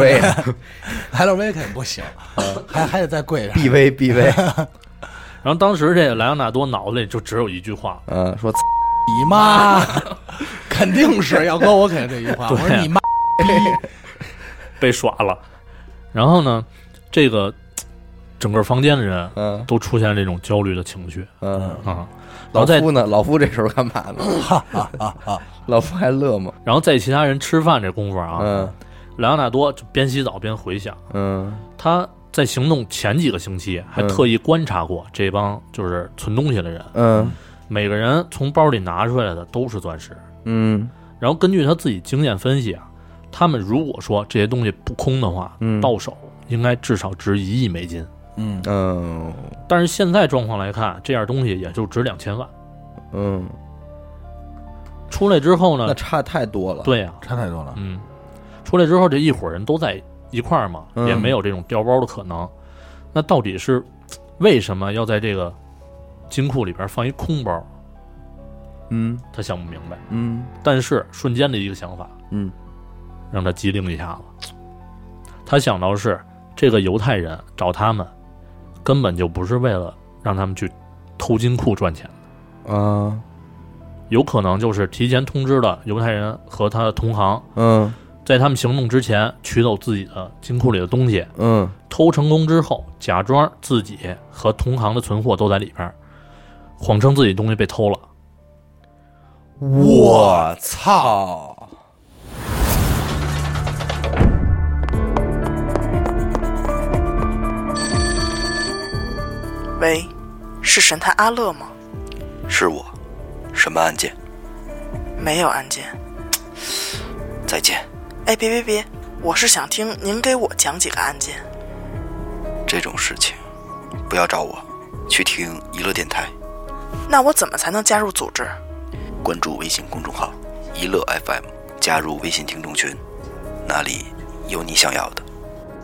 V，L V 肯定不行，还还得再贵点 ，B V B V。 然后当时这个莱昂纳多脑子里就只有一句话， 嗯，说你妈，肯定是要搁我肯定这句话，我说你妈被耍了。然后呢，这个。整个房间的人， 嗯， 都出现这种焦虑的情绪， 嗯啊， 老夫呢？老夫这时候干嘛呢？ 哈哈哈哈老夫还乐吗？ 然后在其他人吃饭这功夫啊， 嗯， 莱昂纳多就边洗澡边回想， 嗯， 他在行动前几个星期还特意观察过这帮就是存东西的人， 嗯， 每个人从包里拿出来的都是钻石， 嗯， 然后根据他自己经验分析啊，他们如果说这些东西不空的话， 嗯， 到手应该至少值一亿美金。 嗯嗯， 但是现在状况来看，这样东西也就值两千万。 嗯， 出来之后呢， 那差太多了。 对呀、啊， 差太多了。 嗯，出来之后这一伙人都在一块儿嘛， 嗯、 也没有这种调包的可能。那到底是为什么要在这个金库里边放一空包？ 嗯， 他想不明白。 嗯， 但是瞬间的一个想法， 嗯， 让他机灵一下子。他想到是。这个犹太人找他们，根本就不是为了让他们去偷金库赚钱的，啊， 有可能就是提前通知了犹太人和他的同行， 嗯， 在他们行动之前取走自己的金库里的东西， 嗯， 偷成功之后，假装自己和同行的存货都在里边，谎称自己东西被偷了。 我操！ 喂，是神探阿乐吗？ 是我。什么案件？ 没有案件。 再见。 哎，别别别，我是想听您给我讲几个案件。 这种事情不要找我，去听娱乐电台。 那我怎么才能加入组织？ 关注微信公众号娱乐 F M， 加入微信听众群，那里有你想要的。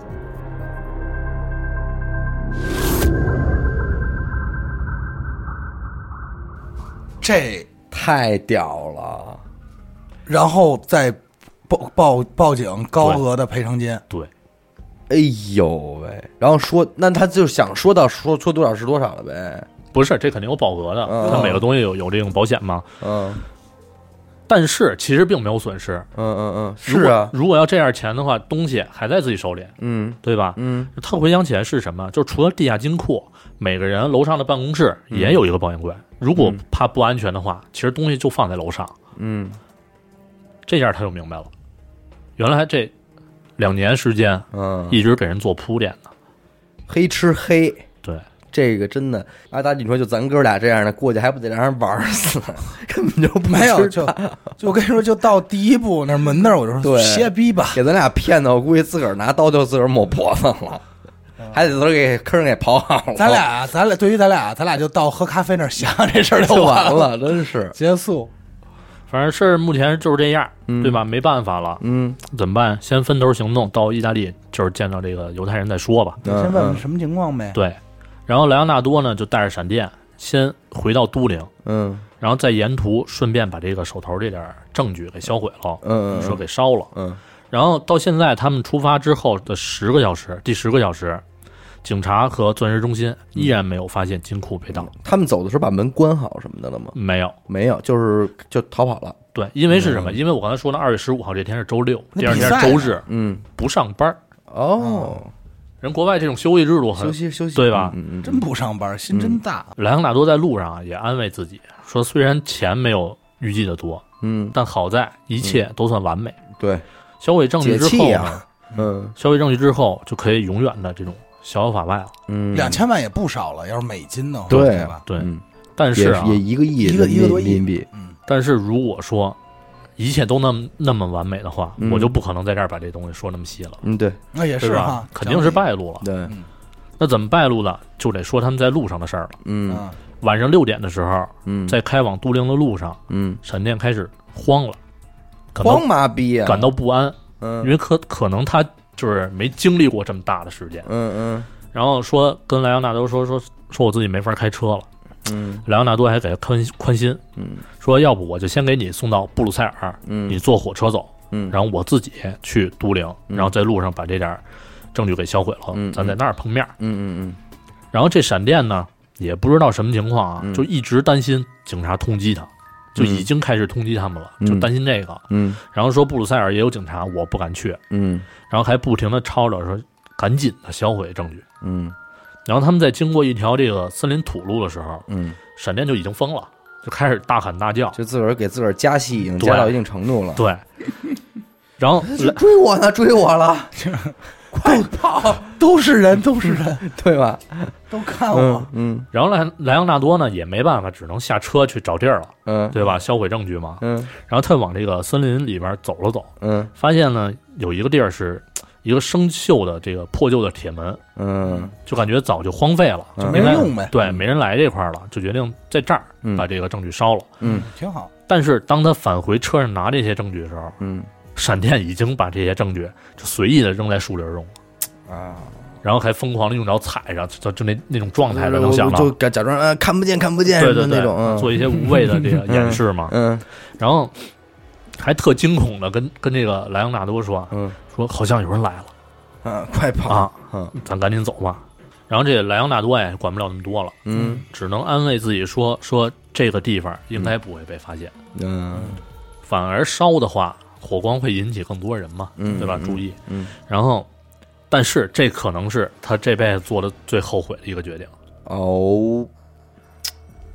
这太屌了！ 然后再报报报警，高额的赔偿金。 对， 哎呦喂！然后说，那他就想说到说说多少是多少了呗？ 不是，这肯定有保额的， 嗯、 它每个东西有有这种保险嘛。 嗯。 但是其实并没有损失。 嗯嗯嗯，是啊。 如果要这样钱的话，东西还在自己手里。 嗯， 对吧？ 嗯。 他回想起来是什么？就除了地下金库，每个人楼上的办公室也有一个保险柜。嗯、如果怕不安全的话，其实东西就放在楼上。 嗯。 这下他就明白了，原来这两年时间， 嗯， 一直给人做铺垫的， 黑吃黑。 对， 这个真的，阿达，你说就咱哥俩这样的过去，还不得让人玩死？根本就不没有，就就我跟你说，就到第一步那门那儿，我就说歇逼吧， 给咱俩骗的，我估计自个儿拿刀就自个儿抹脖子了。还得都给坑给刨好了。 咱俩，咱俩对于咱俩，咱俩就到喝咖啡那儿想这事儿就完了，真是结束。 反正事儿目前就是这样， 嗯、 对吧？没办法了， 嗯， 怎么办？先分头行动，到意大利就是见到这个犹太人再说吧。 先问问什么情况呗。 对，然后莱昂纳多呢就带着闪电先回到都灵， 嗯， 然后在沿途顺便把这个手头这点证据给销毁了， 嗯， 说给烧了， 嗯， 然后到现在他们出发之后的十个小时，第十个小时。警察和钻石中心依然没有发现金库被盗、嗯。 他们走的时候把门关好什么的了吗？ 没有， 没有，就是就逃跑了。 对，因为是什么？嗯、因为我刚才说了，二月十五号这天是周六，第二天是周日， 嗯， 不上班。 哦， 人国外这种休息制度很休息休息， 对吧？ 嗯嗯， 真不上班，心真大。 嗯、莱昂纳多在路上也安慰自己说，虽然钱没有预计的多， 嗯， 但好在一切都算完美。 嗯、对， 销毁证据之后呢， 啊、嗯， 销毁证据之后就可以永远的这种。逍遥法外了， 嗯， 两千万也不少了，要是美金的话， 对吧？ 对， 嗯、 但是啊， 也也一个亿， 一个一个多亿人民币。 嗯，但是如果说一切都那么那么完美的话， 嗯、 我就不可能在这儿把这东西说那么细了。 嗯，对， 那也是哈， 肯定是败露了。 对、 嗯， 那怎么败露的？就得说他们在路上的事儿了。 嗯， 晚上六点的时候， 嗯， 在开往都灵的路上， 嗯， 闪电开始慌了， 慌麻痹啊， 感到不安。 嗯， 因为可可能他就是没经历过这么大的事件。 嗯嗯。 然后说跟莱昂纳多说说说我自己没法开车了， 嗯， 莱昂纳多还给他宽宽心， 嗯， 说要不我就先给你送到布鲁塞尔， 嗯， 你坐火车走， 嗯， 然后我自己去都灵， 嗯、 然后在路上把这点证据给销毁了， 嗯， 咱在那儿碰面， 嗯嗯嗯。 然后这闪电呢也不知道什么情况啊， 嗯、 就一直担心警察通缉他，就已经开始通缉他们了， 嗯、 就担心这个， 嗯， 然后说布鲁塞尔也有警察，我不敢去， 嗯， 然后还不停的吵着说赶紧的销毁证据， 嗯。 然后他们在经过一条这个森林土路的时候， 嗯， 闪电就已经疯了，就开始大喊大叫， 就自个儿给自个儿加戏，已经加到一定程度了。 对，然后追我呢，追我了，快跑！ 都是人，都是人， 对吧？ 都看我。 嗯。嗯然后莱莱昂纳多呢也没办法，只能下车去找地儿了， 嗯， 对吧？销毁证据嘛。 嗯。 然后他往这个森林里边走了走， 嗯， 发现呢有一个地儿是。一个生锈的这个破旧的铁门， 嗯， 就感觉早就荒废了， 就没人用呗。 对，没人来这块了，就决定在这儿把这个证据烧了。 嗯， 挺好。 但是当他返回车上拿这些证据的时候， 嗯， 闪电已经把这些证据就随意的扔在树林中了啊， 然后还疯狂的用脚踩上，就就那那种状态的，能想到就假装啊看不见看不见， 对对对， 那种、嗯、 做一些无谓的这个掩饰嘛。 嗯， 然后还特惊恐的跟跟这个莱昂纳多说， 嗯， 说好像有人来了。 啊，快跑啊！ 嗯， 咱赶紧走吧。然后这莱昂纳多呀，管不了那么多了， 嗯， 只能安慰自己说说这个地方应该不会被发现， 嗯， 反而烧的话，火光会引起更多人嘛， 嗯， 对吧？注意， 嗯， 然后，但是这可能是他这辈子做的最后悔的一个决定。 哦，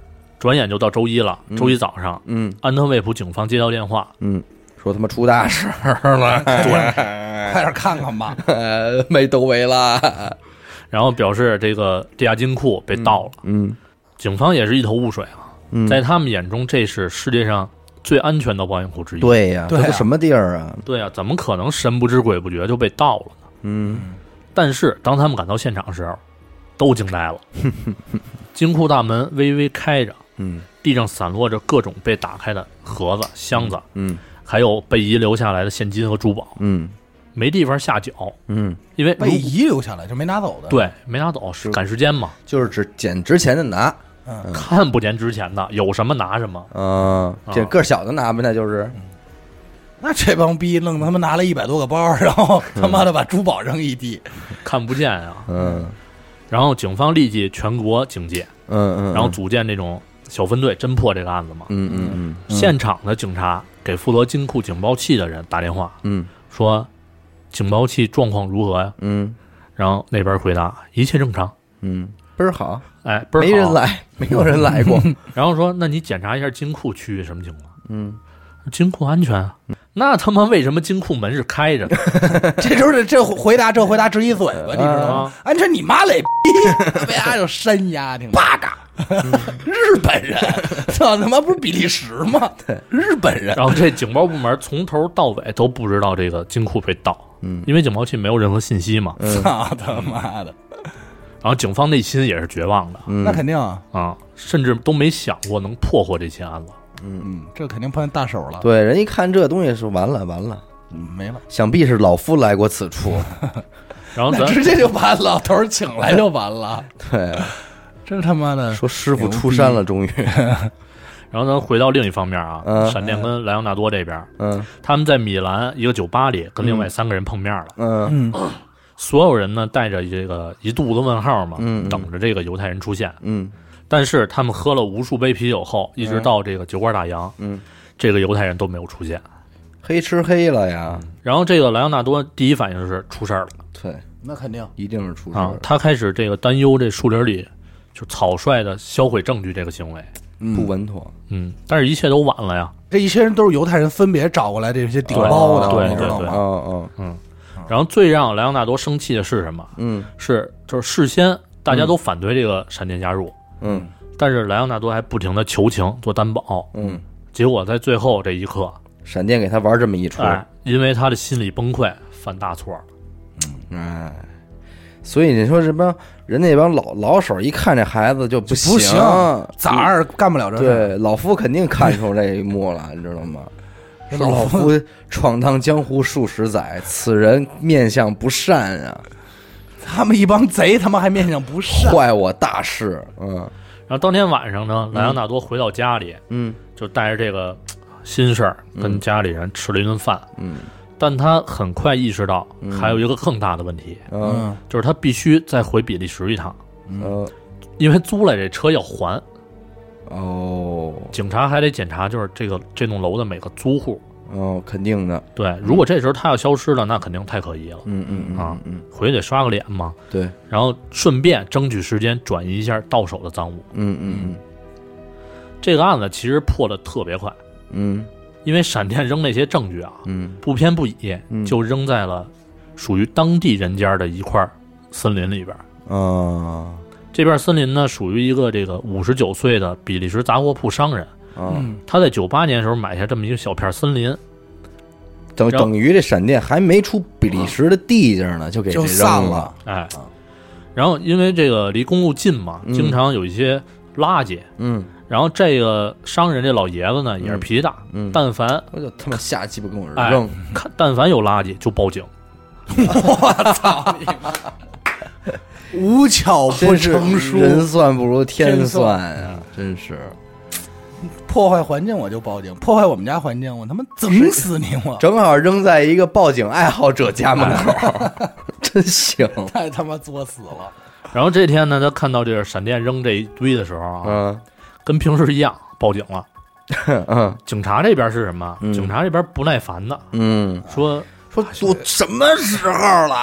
转眼就到周一了， 嗯、 周一早上， 嗯， 安特卫普警方接到电话， 嗯，说他妈出大事了， 对，快点看看吧， 没窦唯了。 然后表示这个地下金库被盗了， 嗯，嗯警方也是一头雾水啊， 嗯、 在他们眼中这是世界上最安全的保险库之一。 对呀、啊， 这是什么地儿啊？ 对呀、啊，怎么可能神不知鬼不觉就被盗了呢？ 嗯， 但是当他们赶到现场时候，都惊呆了，金库大门微微开着， 嗯， 地上散落着各种被打开的盒子、箱子， 嗯， 还有被遗留下来的现金和珠宝， 嗯， 没地方下脚， 嗯， 因为被遗留下来就没拿走的， 对，没拿走，是赶时间嘛， 就是只捡值钱的拿， 嗯， 看不见值钱的，有什么拿什么， 嗯，捡个小的拿呗，那就是。 那这帮逼弄他妈拿了一百多个包，然后他妈的把珠宝扔一地， 看不见啊。 嗯， 然后警方立即全国警戒， 嗯嗯， 然后组建这种小分队侦破这个案子嘛。 嗯嗯嗯， 现场的警察给负责金库警报器的人打电话， 嗯， 说警报器状况如何呀？ 嗯， 然后那边回答一切正常， 嗯，倍儿好， 哎，倍儿好， 没人来，没有人来过。 然后说，那你检查一下金库区域什么情况？ 嗯。 金库安全啊，那他妈为什么金库门是开着的？ 这就是这回答这回答直一嘴巴，你知道吗？安全你妈嘞逼！为啥有山压挺八嘎？日本人，操他妈不是比利时吗？对，日本人。 然后这警报部门从头到尾都不知道这个金库被盗， 嗯， 因为警报器没有任何信息嘛。 操他妈的！ 然后警方内心也是绝望的， 那肯定啊， 啊，甚至都没想过能破获这起案子。 嗯嗯，这肯定碰见大手了。 对，人一看这东西是完了完了， 嗯，没了。 想必是老夫来过此处， 然后咱直接就把老头请来就完了。 对， 真他妈的说师傅出山了，终于。 然后咱回到另一方面啊， 嗯、 闪电跟莱昂纳多这边， 嗯， 他们在米兰一个酒吧里跟另外三个人碰面了。 嗯， 嗯所有人呢带着这个一肚子问号嘛， 嗯， 等着这个犹太人出现。 嗯。 但是他们喝了无数杯啤酒后，一直到这个酒馆打烊， 嗯， 这个犹太人都没有出现， 黑吃黑了呀。 然后这个莱昂纳多第一反应是出事儿了， 对， 那肯定一定是出事啊，他开始这个担忧这树林里就草率的销毁证据这个行为， 不稳妥。 嗯，但是一切都晚了呀。 这一些人都是犹太人分别找过来这些顶包的， 对你知道吗？ 嗯嗯嗯。然后最让莱昂纳多生气的是什么？ 嗯， 是就是事先大家都反对这个闪电加入， 嗯。 但是莱昂纳多还不停的求情做担保， 嗯， 结果在最后这一刻， 闪电给他玩这么一出， 哎，因为他的心理崩溃，犯大错了。 嗯，哎，所以你说这帮人那帮老老手一看这孩子就不行， 不行崽儿干不了这事。 对，老夫肯定看出这一幕了，你知道吗？说老夫闯荡江湖数十载，此人面相不善啊！ 他们一帮贼，他妈还面相不善， 坏我大事，嗯。 然后当天晚上呢，莱昂纳多回到家里， 嗯， 就带着这个心事儿跟家里人吃了一顿饭， 嗯， 但他很快意识到还有一个更大的问题， 嗯， 就是他必须再回比利时一趟， 嗯， 因为租来这车要还， 哦， 警察还得检查，就是这个这栋楼的每个租户。 哦，肯定的。 对，如果这时候他要消失了，那肯定太可疑了。 嗯嗯嗯啊， 嗯， 回去得刷个脸嘛。 对， 然后顺便争取时间转移一下到手的赃物。 嗯嗯嗯， 这个案子其实破得特别快。 嗯， 因为闪电扔那些证据啊， 嗯， 不偏不倚， 嗯、 就扔在了属于当地人家的一块森林里边。 啊， 这片森林呢，属于一个这个五十九岁的比利时杂货铺商人。 嗯， 他在九八年的时候买下这么一个小片森林， 等等于这闪电还没出比利时的地界呢，就给就散了， 哎，然后因为这个离公路近嘛， 嗯、 经常有一些垃圾， 嗯， 然后这个商人这老爷子呢也是脾气大， 嗯， 但凡我就他妈下鸡巴跟我哎扔， 看但凡有垃圾就报警， 我操你妈！无巧不成书， 人算不如天算啊！真是破坏环境我就报警，破坏我们家环境我他妈整死你！我正好扔在一个报警爱好者家门口，真行， 太他妈作死了。 然后这天呢，他看到这个闪电扔这一堆的时候啊， 嗯， 跟平时一样报警了。 嗯， 警察这边是什么？ 嗯、 警察这边不耐烦的， 嗯， 说说都什么时候了？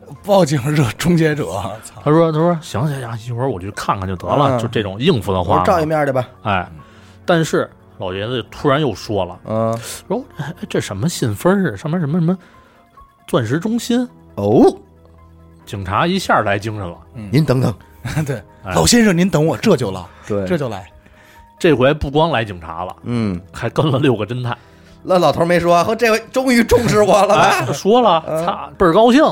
报警惹终结者。 他说他说行行行，一会儿我去看看就得了，嗯、就这种应付的话， 照一面去吧。 哎，但是老爷子突然又说了，嗯，说哎这什么信封是上面什么什么钻石中心哦， 警察一下来精神了， 嗯、您等等， 对，哎、老先生您等我，这就来， 对， 这就来。 这回不光来警察了， 嗯， 还跟了六个侦探。 那老头没说，和这回终于重视我了吧？ 哎、说了，操，倍儿高兴。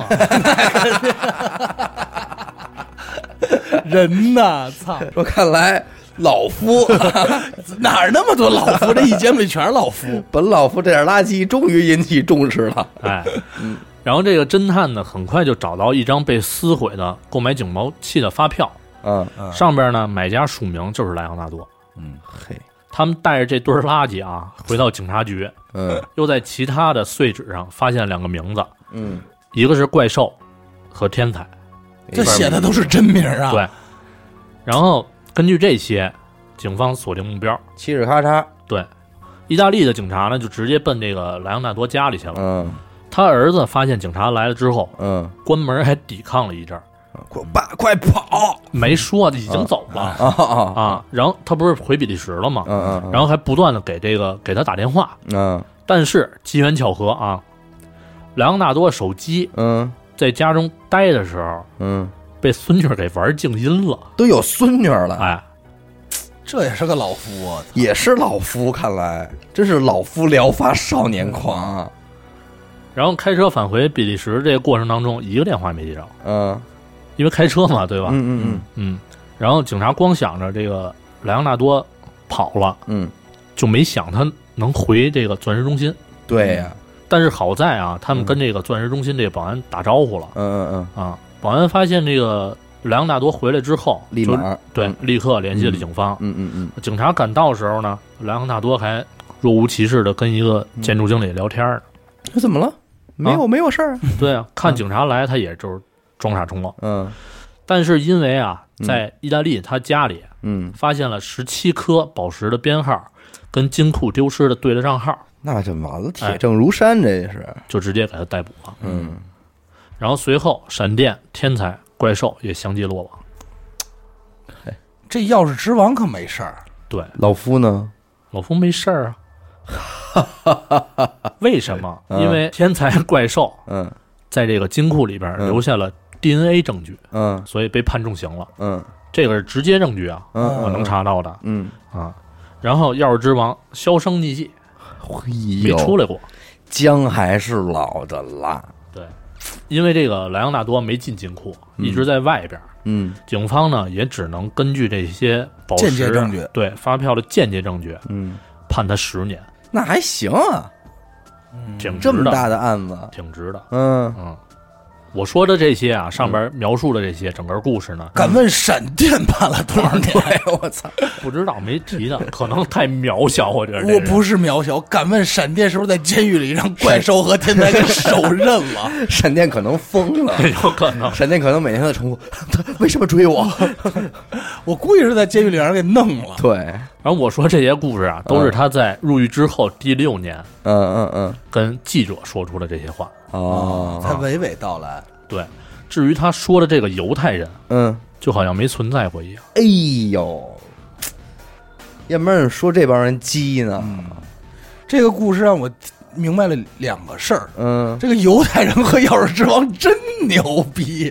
人呐，操！ 说看来老夫哪儿那么多老夫？这一节目里全是老夫。 本老夫这点垃圾终于引起重视了。 哎，嗯。然后这个侦探呢，很快就找到一张被撕毁的购买警报器的发票。 嗯， 上边呢买家署名就是莱昂纳多。 嗯，嘿， 他们带着这堆垃圾啊，回到警察局。 嗯， 又在其他的碎纸上发现两个名字。 嗯， 一个是怪兽和天才， 这写的都是真名啊。 对。然后根据这些，警方锁定目标， 嘁哩咔嚓。 对，意大利的警察呢就直接奔这个莱昂纳多家里去了。 嗯， 他儿子发现警察来了之后， 嗯， 关门还抵抗了一阵儿。 爸，快跑！ 没说，已经走了啊啊啊！然后他不是回比利时了吗？ 嗯嗯。 然后还不断的给这个给他打电话。 嗯。 但是机缘巧合啊，莱昂纳多手机嗯在家中待的时候， 嗯， 被孙女给玩静音了， 都有孙女了。 哎， 这也是个老夫啊， 也是老夫，看来真是老夫聊发少年狂啊！ 然后开车返回比利时这个过程当中，一个电话也没接着。 嗯。 因为开车嘛，对吧？ 嗯嗯嗯嗯。然后警察光想着这个莱昂纳多跑了， 嗯， 就没想他能回这个钻石中心。 对呀、啊。 但是好在啊，他们跟这个钻石中心这个保安打招呼了。 嗯嗯嗯。啊，保安发现这个莱昂纳多回来之后， 立马对、嗯、立刻联系了警方。 嗯嗯嗯。 警察赶到的时候呢，莱昂纳多还若无其事的跟一个建筑经理聊天呢。 这、嗯、怎么了？没有、啊、没有事儿。 对啊，看警察来，他也就是。装傻充愣， 嗯， 但是因为啊，在意大利他家里， 嗯， 发现了十七颗宝石的编号，跟金库丢失的对得上号， 那就完了，铁证如山，这是、哎、 就直接给他逮捕了， 嗯， 然后随后闪电、天才、怪兽也相继落网。 嘿，这钥匙之王可没事儿， 对， 老夫呢？ 老夫没事儿啊，为什么？嗯、因为天才、怪兽， 嗯， 在这个金库里边留下了。D N A 证据， 嗯， 所以被判重刑了， 嗯， 这个是直接证据啊， 嗯， 我能查到的， 嗯啊，然后钥匙之王销声匿迹，没出来过， 姜还是老的辣， 对，因为这个莱昂纳多没进金库，嗯、一直在外边， 嗯， 警方呢也只能根据这些宝石间接证据， 对发票的间接证据， 嗯， 判他十年， 那还行啊， 嗯，挺值的， 这么大的案子， 挺值的， 嗯嗯。我说的这些啊，上边描述的这些整个故事呢， 敢问闪电判了多少年？ 我操， 不知道没提的，可能太渺小，我觉得。 我不是渺小，敢问闪电是不是在监狱里让怪兽和天才给手刃了？ 闪电可能疯了， 有可能。 闪电可能每天在重复，他为什么追我？ 我估计是在监狱里让人给弄了。 对。 然后我说这些故事啊，都是他在入狱之后第六年， 嗯嗯嗯， 跟记者说出的这些话。 哦， 才娓娓道来。 对，至于他说的这个犹太人， 嗯， 就好像没存在过一样。 哎呦，要不然说这帮人鸡呢？ 嗯、这个故事让我明白了两个事儿。 嗯， 这个犹太人和钥匙之王真牛逼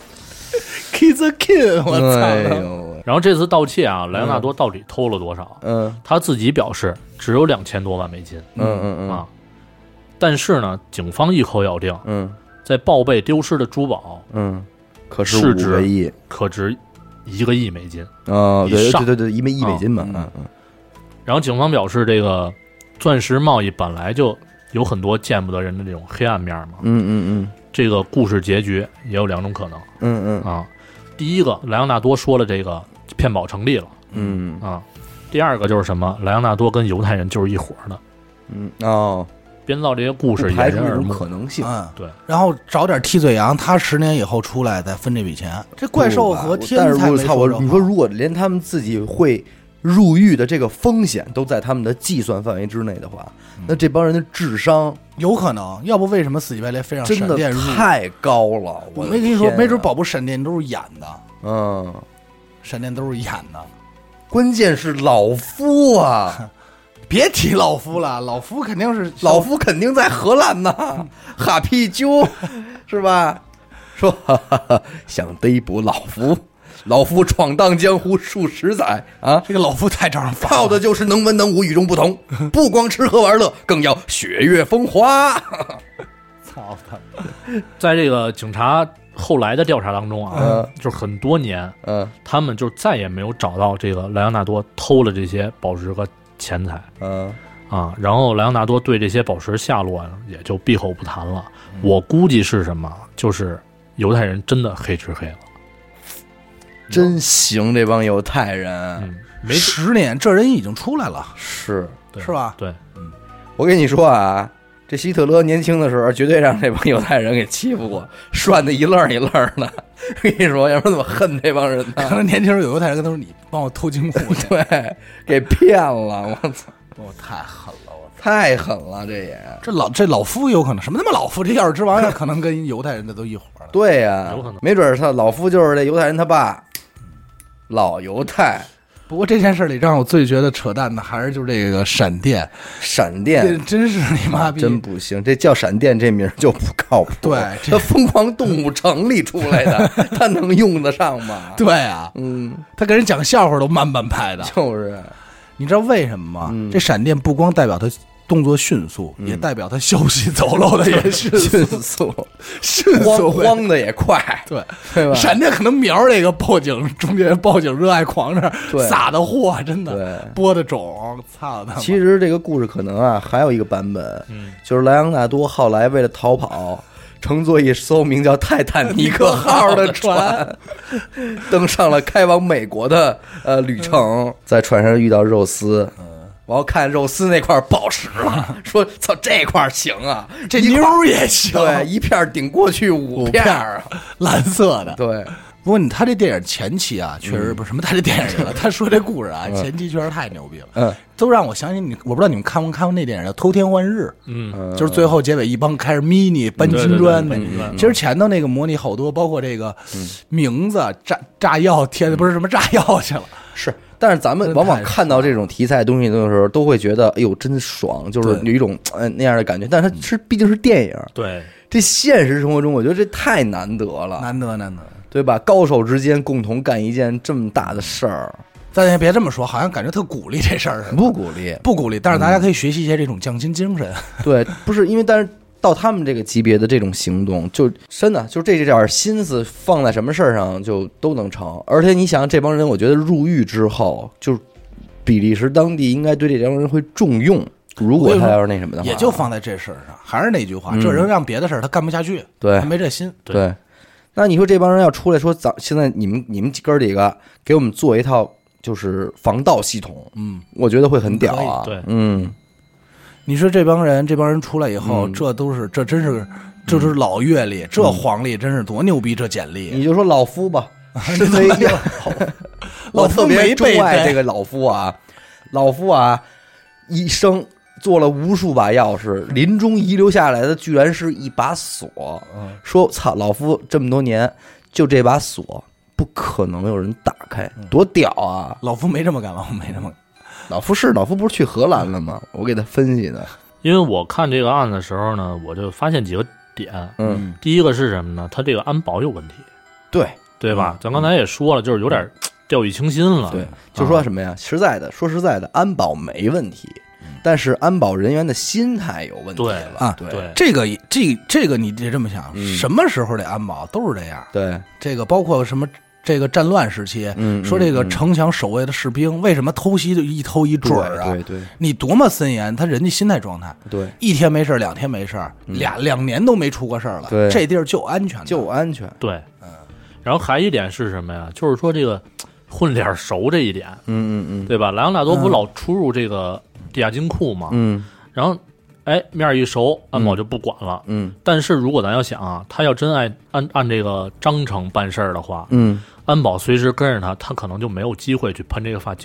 ，Kiss the King， 我操！ 哎呦， 然后这次盗窃啊，莱昂纳多到底偷了多少？ 嗯， 他自己表示只有两千多万美金。 嗯嗯嗯啊。但是呢，警方一口咬定， 嗯， 在报备丢失的珠宝， 嗯，可是五个亿， 可值一个亿美金啊！对对对对，一亿美金嘛，嗯嗯。 然后警方表示，这个钻石贸易本来就有很多见不得人的这种黑暗面嘛， 嗯嗯嗯。 这个故事结局也有两种可能， 嗯嗯啊，第一个，莱昂纳多说了这个骗保成立了， 嗯啊，第二个就是什么，莱昂纳多跟犹太人就是一伙的， 嗯哦。 编造这些故事， 排除这种可能性。 嗯， 对。 然后找点替罪羊，他十年以后出来再分这笔钱。这怪兽和天才没但是我操，我你说如果连他们自己会入狱的这个风险都在他们的计算范围之内的话，那这帮人的智商有可能，要不为什么死乞白赖非让闪电入？ 真的太高了。 我没跟你说，没准保不闪电都是演的。 嗯， 闪电都是演的。 关键是老夫啊， 别提老夫了，老夫肯定是老夫肯定在荷兰呢，哈啤酒是吧？说哈哈哈，想逮捕老夫。老夫闯荡江湖数十载啊！ 这个老夫太招人烦了， 靠的就是能文能武、与众不同，不光吃喝玩乐，更要血月风花。 操他！ 在这个警察后来的调查当中啊， 嗯、 就是很多年， 嗯， 他们就再也没有找到这个莱昂纳多偷了这些宝石和钱财， 嗯啊，然后莱昂纳多对这些宝石下落也就闭口不谈了。嗯、我估计是什么？就是犹太人真的黑吃黑了。 真行，这帮犹太人， 嗯、没十年，这人已经出来了， 是是吧？ 对， 嗯， 我跟你说啊，这希特勒年轻的时候绝对让这帮犹太人给欺负过，涮的一愣一愣的。跟你说，要不然怎么恨这帮人呢？ 可能年轻时候有犹太人跟他说：“你帮我偷金库去。” 对，给骗了，我操！ 我太狠了，我太狠了，这也这老这老夫有可能什么他妈老夫，这要是之王，可能跟犹太人的都一伙了。 对呀、啊， 有可能， 没准他老夫就是这犹太人他爸。老犹太， 不过这件事里让我最觉得扯淡的还是就是这个闪电， 闪电真是你妈逼， 真不行，这叫闪电这名就不靠谱。 对， 他疯狂动物城里出来的，他能用得上吗？ 对啊， 嗯， 他给人讲笑话都慢半拍的， 就是。 你知道为什么吗？ 嗯、 这闪电不光代表他动作迅速， 嗯、 也代表他消息走漏的也迅迅速， 迅速慌的也快， 对对吧？ 闪电可能瞄这个报警中间报警热爱狂这撒的货，真的播的种，操他！ 其实这个故事可能啊还有一个版本， 嗯、 就是莱昂纳多后来为了逃跑，乘坐一艘名叫泰坦尼克号的船，登上了开往美国的呃旅程，在船上遇到肉丝。我要看肉丝那块宝石了，说操这块行啊， 这妞也行， 对，一片顶过去五片啊， 蓝色的。 对， 不过你他这电影前期啊，确实不是什么他这电影了，他说这故事啊， 嗯、 前期确实太牛逼了， 嗯， 都让我想起你，我不知道你们看没看过那电影叫《偷天换日》， 嗯， 就是最后结尾一帮开始 mini 搬金砖的， 嗯、 其实前头那个模拟好多，包括这个名字炸炸药贴的不是什么炸药去了， 是。但是咱们往往看到这种题材的东西的时候，都会觉得哎呦真爽，就是有一种呃那样的感觉。但是它是毕竟是电影， 对， 这现实生活中我觉得这太难得了， 难得难得， 对吧？高手之间共同干一件这么大的事儿， 咱也别这么说，好像感觉特鼓励这事儿， 不鼓励， 不鼓励。但是大家可以学习一些这种匠心精神。 对，不是因为但是。到他们这个级别的这种行动，就真的就这点心思放在什么事儿上就都能成。而且你想，这帮人，我觉得入狱之后，就比利时当地应该对这帮人会重用。如果他要是那什么的话， 也就放在这事儿上。还是那句话，嗯、这人让别的事儿他干不下去， 对， 他没这心。 对，对那你说这帮人要出来说，咱现在你们你们哥几个给我们做一套就是防盗系统， 嗯， 我觉得会很屌啊。 对， 嗯。 你说这帮人，这帮人出来以后， 嗯、 这都是，这真是，这是老阅历，嗯、这黄历真是多牛逼，这简历。 你就说老夫吧，是没有。我特别钟爱这个老夫啊，老夫啊，一生做了无数把钥匙，临终遗留下来的居然是一把锁。嗯、说操，老夫这么多年就这把锁，不可能有人打开，多屌啊！ 老夫没这么干，老夫没这么干。 老夫是老夫不是去荷兰了吗？我给他分析的， 因为我看这个案子的时候呢，我就发现几个点。 嗯， 第一个是什么呢？他这个安保有问题， 对对吧？嗯、咱刚才也说了，就是有点掉以轻心了。 对，就说什么呀？啊、实在的，说实在的，安保没问题，但是安保人员的心态有问题了。 对啊， 对， 对这个这这个你得这么想， 嗯、 什么时候的安保都是这样。 对， 这个包括什么？这个战乱时期， 嗯， 说这个城墙守卫的士兵、嗯、为什么偷袭就一偷一准儿啊？ 对 对, 对， 你多么森严，他人家心态状态， 对， 一天没事，两天没事， 嗯、 俩两年都没出过事了， 对， 这地儿就安全， 就安全， 对，嗯。然后还一点是什么呀？就是说这个混脸熟这一点， 嗯嗯嗯， 对吧？莱昂纳多不老出入这个地下金库嘛， 嗯， 然后。哎，面一熟，安保就不管了。 嗯， 但是如果咱要想啊，他要真按按按这个章程办事儿的话， 嗯， 安保随时跟着他，他可能就没有机会去喷这个发胶。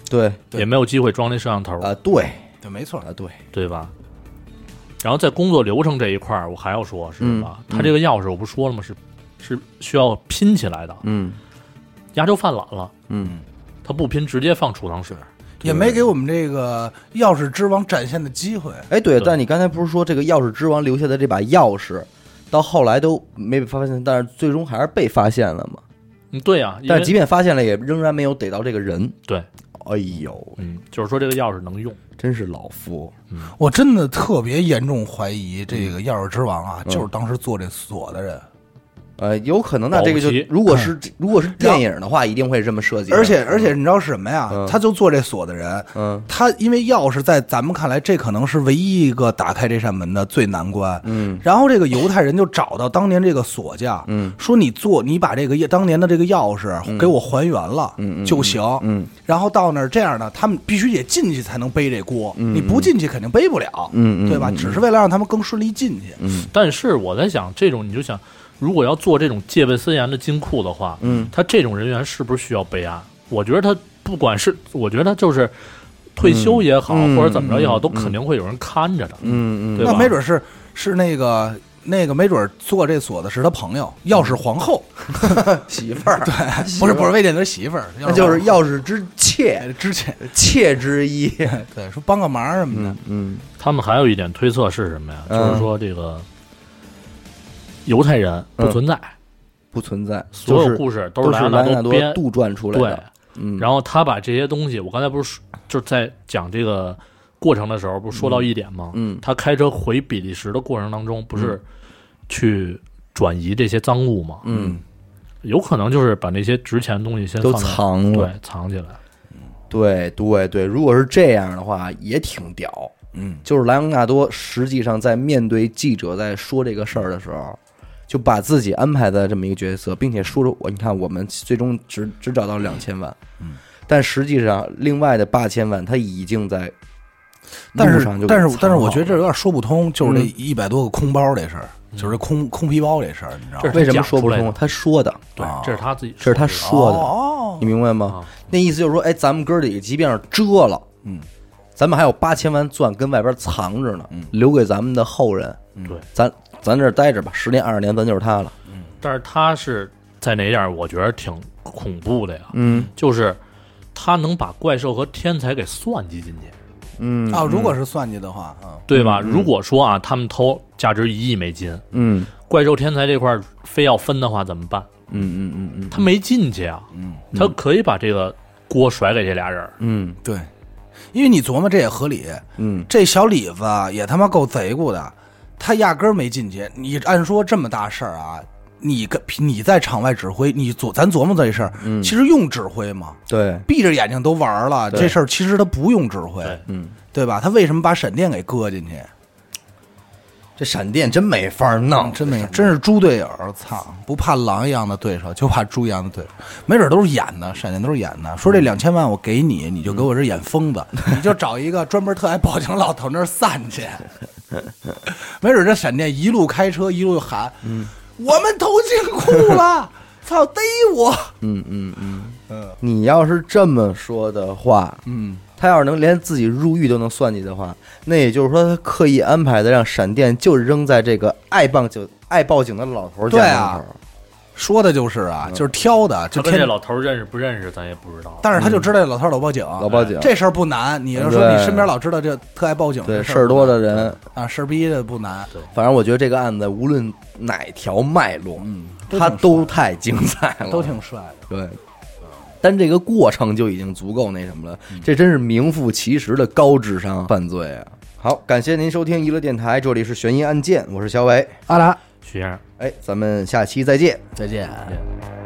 对， 也没有机会装那摄像头啊，对， 对，没错啊，对， 对吧？然后在工作流程这一块儿，我还要说是吧？ 嗯、 他这个钥匙我不说了吗？是是需要拼起来的。 嗯， 丫就犯懒了。 嗯， 他不拼，直接放储藏室， 也没给我们这个钥匙之王展现的机会。 哎，对，但你刚才不是说这个钥匙之王留下的这把钥匙，到后来都没被发现，但是最终还是被发现了嘛？ 嗯，对呀、啊。 但是即便发现了，也仍然没有逮到这个人。 对， 哎呦， 嗯，就是说这个钥匙能用。 真是老夫， 嗯， 我真的特别严重怀疑这个钥匙之王啊， 嗯、 就是当时做这锁的人。 呃，有可能，那这个就如果是、嗯、如果是电影的话，一定会这么设计。 而且而且你知道是什么呀？ 嗯、 他就做这锁的人， 嗯， 他因为钥匙在咱们看来，这可能是唯一一个打开这扇门的最难关。 嗯， 然后这个犹太人就找到当年这个锁匠， 嗯， 说你做你把这个当年的这个钥匙给我还原了， 嗯就行。 嗯， 然后到那儿这样的，他们必须得进去才能背这锅， 嗯、 你不进去肯定背不了， 嗯， 对吧？ 嗯、 只是为了让他们更顺利进去。 嗯， 但是我在想，这种你就想。如果要做这种戒备森严的金库的话， 嗯， 他这种人员是不是需要备案？我觉得他不管是，我觉得他就是退休也好， 嗯、 或者怎么着也好，嗯、都肯定会有人看着的， 嗯嗯， 对吧？ 那没准是是那个那个，没准做这锁的是他朋友，钥匙皇后媳妇儿， 对，不是不是魏典德媳妇儿， 那就是钥匙之妾之妾妾之一， 对，说帮个忙什么的， 嗯， 他们还有一点推测是什么呀？就是说这个。犹太人不存在，嗯、 不存在， 所有故事都是莱昂纳多编杜撰出来的。 对， 嗯， 然后他把这些东西，我刚才不是就是在讲这个过程的时候，不是说到一点吗？ 嗯， 他开车回比利时的过程当中，不是去转移这些赃物吗？ 嗯， 有可能就是把那些值钱的东西先都放藏了， 对，藏起来。 对对对，如果是这样的话，也挺屌。 嗯， 就是莱昂纳多实际上在面对记者在说这个事儿的时候。就把自己安排在这么一个角色，并且说出我，你看我们最终只只找到两千万， 嗯， 但实际上另外的八千万他已经在路上就，但是但是但是我觉得这有点说不通，就是这一百多个空包这事儿，嗯、就是空空皮包这事儿，你知道吗？ 为什么说不通？他说的， 对，这是他自己， 这是他说的， 哦、 你明白吗？ 哦、 那意思就是说，哎，咱们哥几个即便是遮了， 嗯， 咱们还有八千万钻跟外边藏着呢， 嗯， 留给咱们的后人， 对， 咱。咱这儿待着吧，十年二十年，咱就是他了。 嗯，但是他是在哪点？我觉得挺恐怖的呀。 嗯， 就是他能把怪兽和天才给算计进去。 嗯啊，如果是算计的话，啊， 对吧？ 嗯、 如果说啊，他们偷价值一亿美金， 嗯， 怪兽天才这块非要分的话怎么办？ 嗯嗯嗯嗯， 他没进去啊， 嗯， 他可以把这个锅甩给这俩人。 嗯， 对，因为你琢磨这也合理。 嗯， 这小李子也他妈够贼乎的。他压根儿没进去。你按说这么大事儿啊，你跟你在场外指挥，你琢咱琢磨这事儿， 嗯， 其实用指挥吗？ 对， 闭着眼睛都玩了，这事儿其实他不用指挥， 嗯， 对吧？他为什么把闪电给搁进去？ 这闪电真没法弄， 真没，真是猪队友！操，不怕狼一样的对手，就怕猪一样的对手。没准都是演的，闪电都是演的。说这两千万我给你，你就给我这演疯子， 嗯、 你就找一个专门特爱报警老头那儿散去。没准这闪电一路开车一路就喊：“嗯，我们投金库了，操，逮我！” 嗯嗯嗯嗯，你要是这么说的话， 嗯。 他要是能连自己入狱都能算计的话，那也就是说他刻意安排的让闪电就扔在这个爱报警爱报警的老头家门口。 说的就是啊， 嗯、 就是挑的，就跟这老头认识不认识咱也不知道， 但是他就知道老头老报警， 嗯、老报警这事儿不难。你要说你身边老知道这特爱报警对事儿多的人啊，事儿逼的不难。 对， 反正我觉得这个案子无论哪条脉络， 嗯， 他都太精彩了， 都挺帅的。 对。但这个过程就已经足够那什么了，这真是名副其实的高智商犯罪啊！好，感谢您收听娱乐电台，这里是悬疑案件，我是小伟， 阿达， 徐先生， 哎，咱们下期再见， 再见。 再见。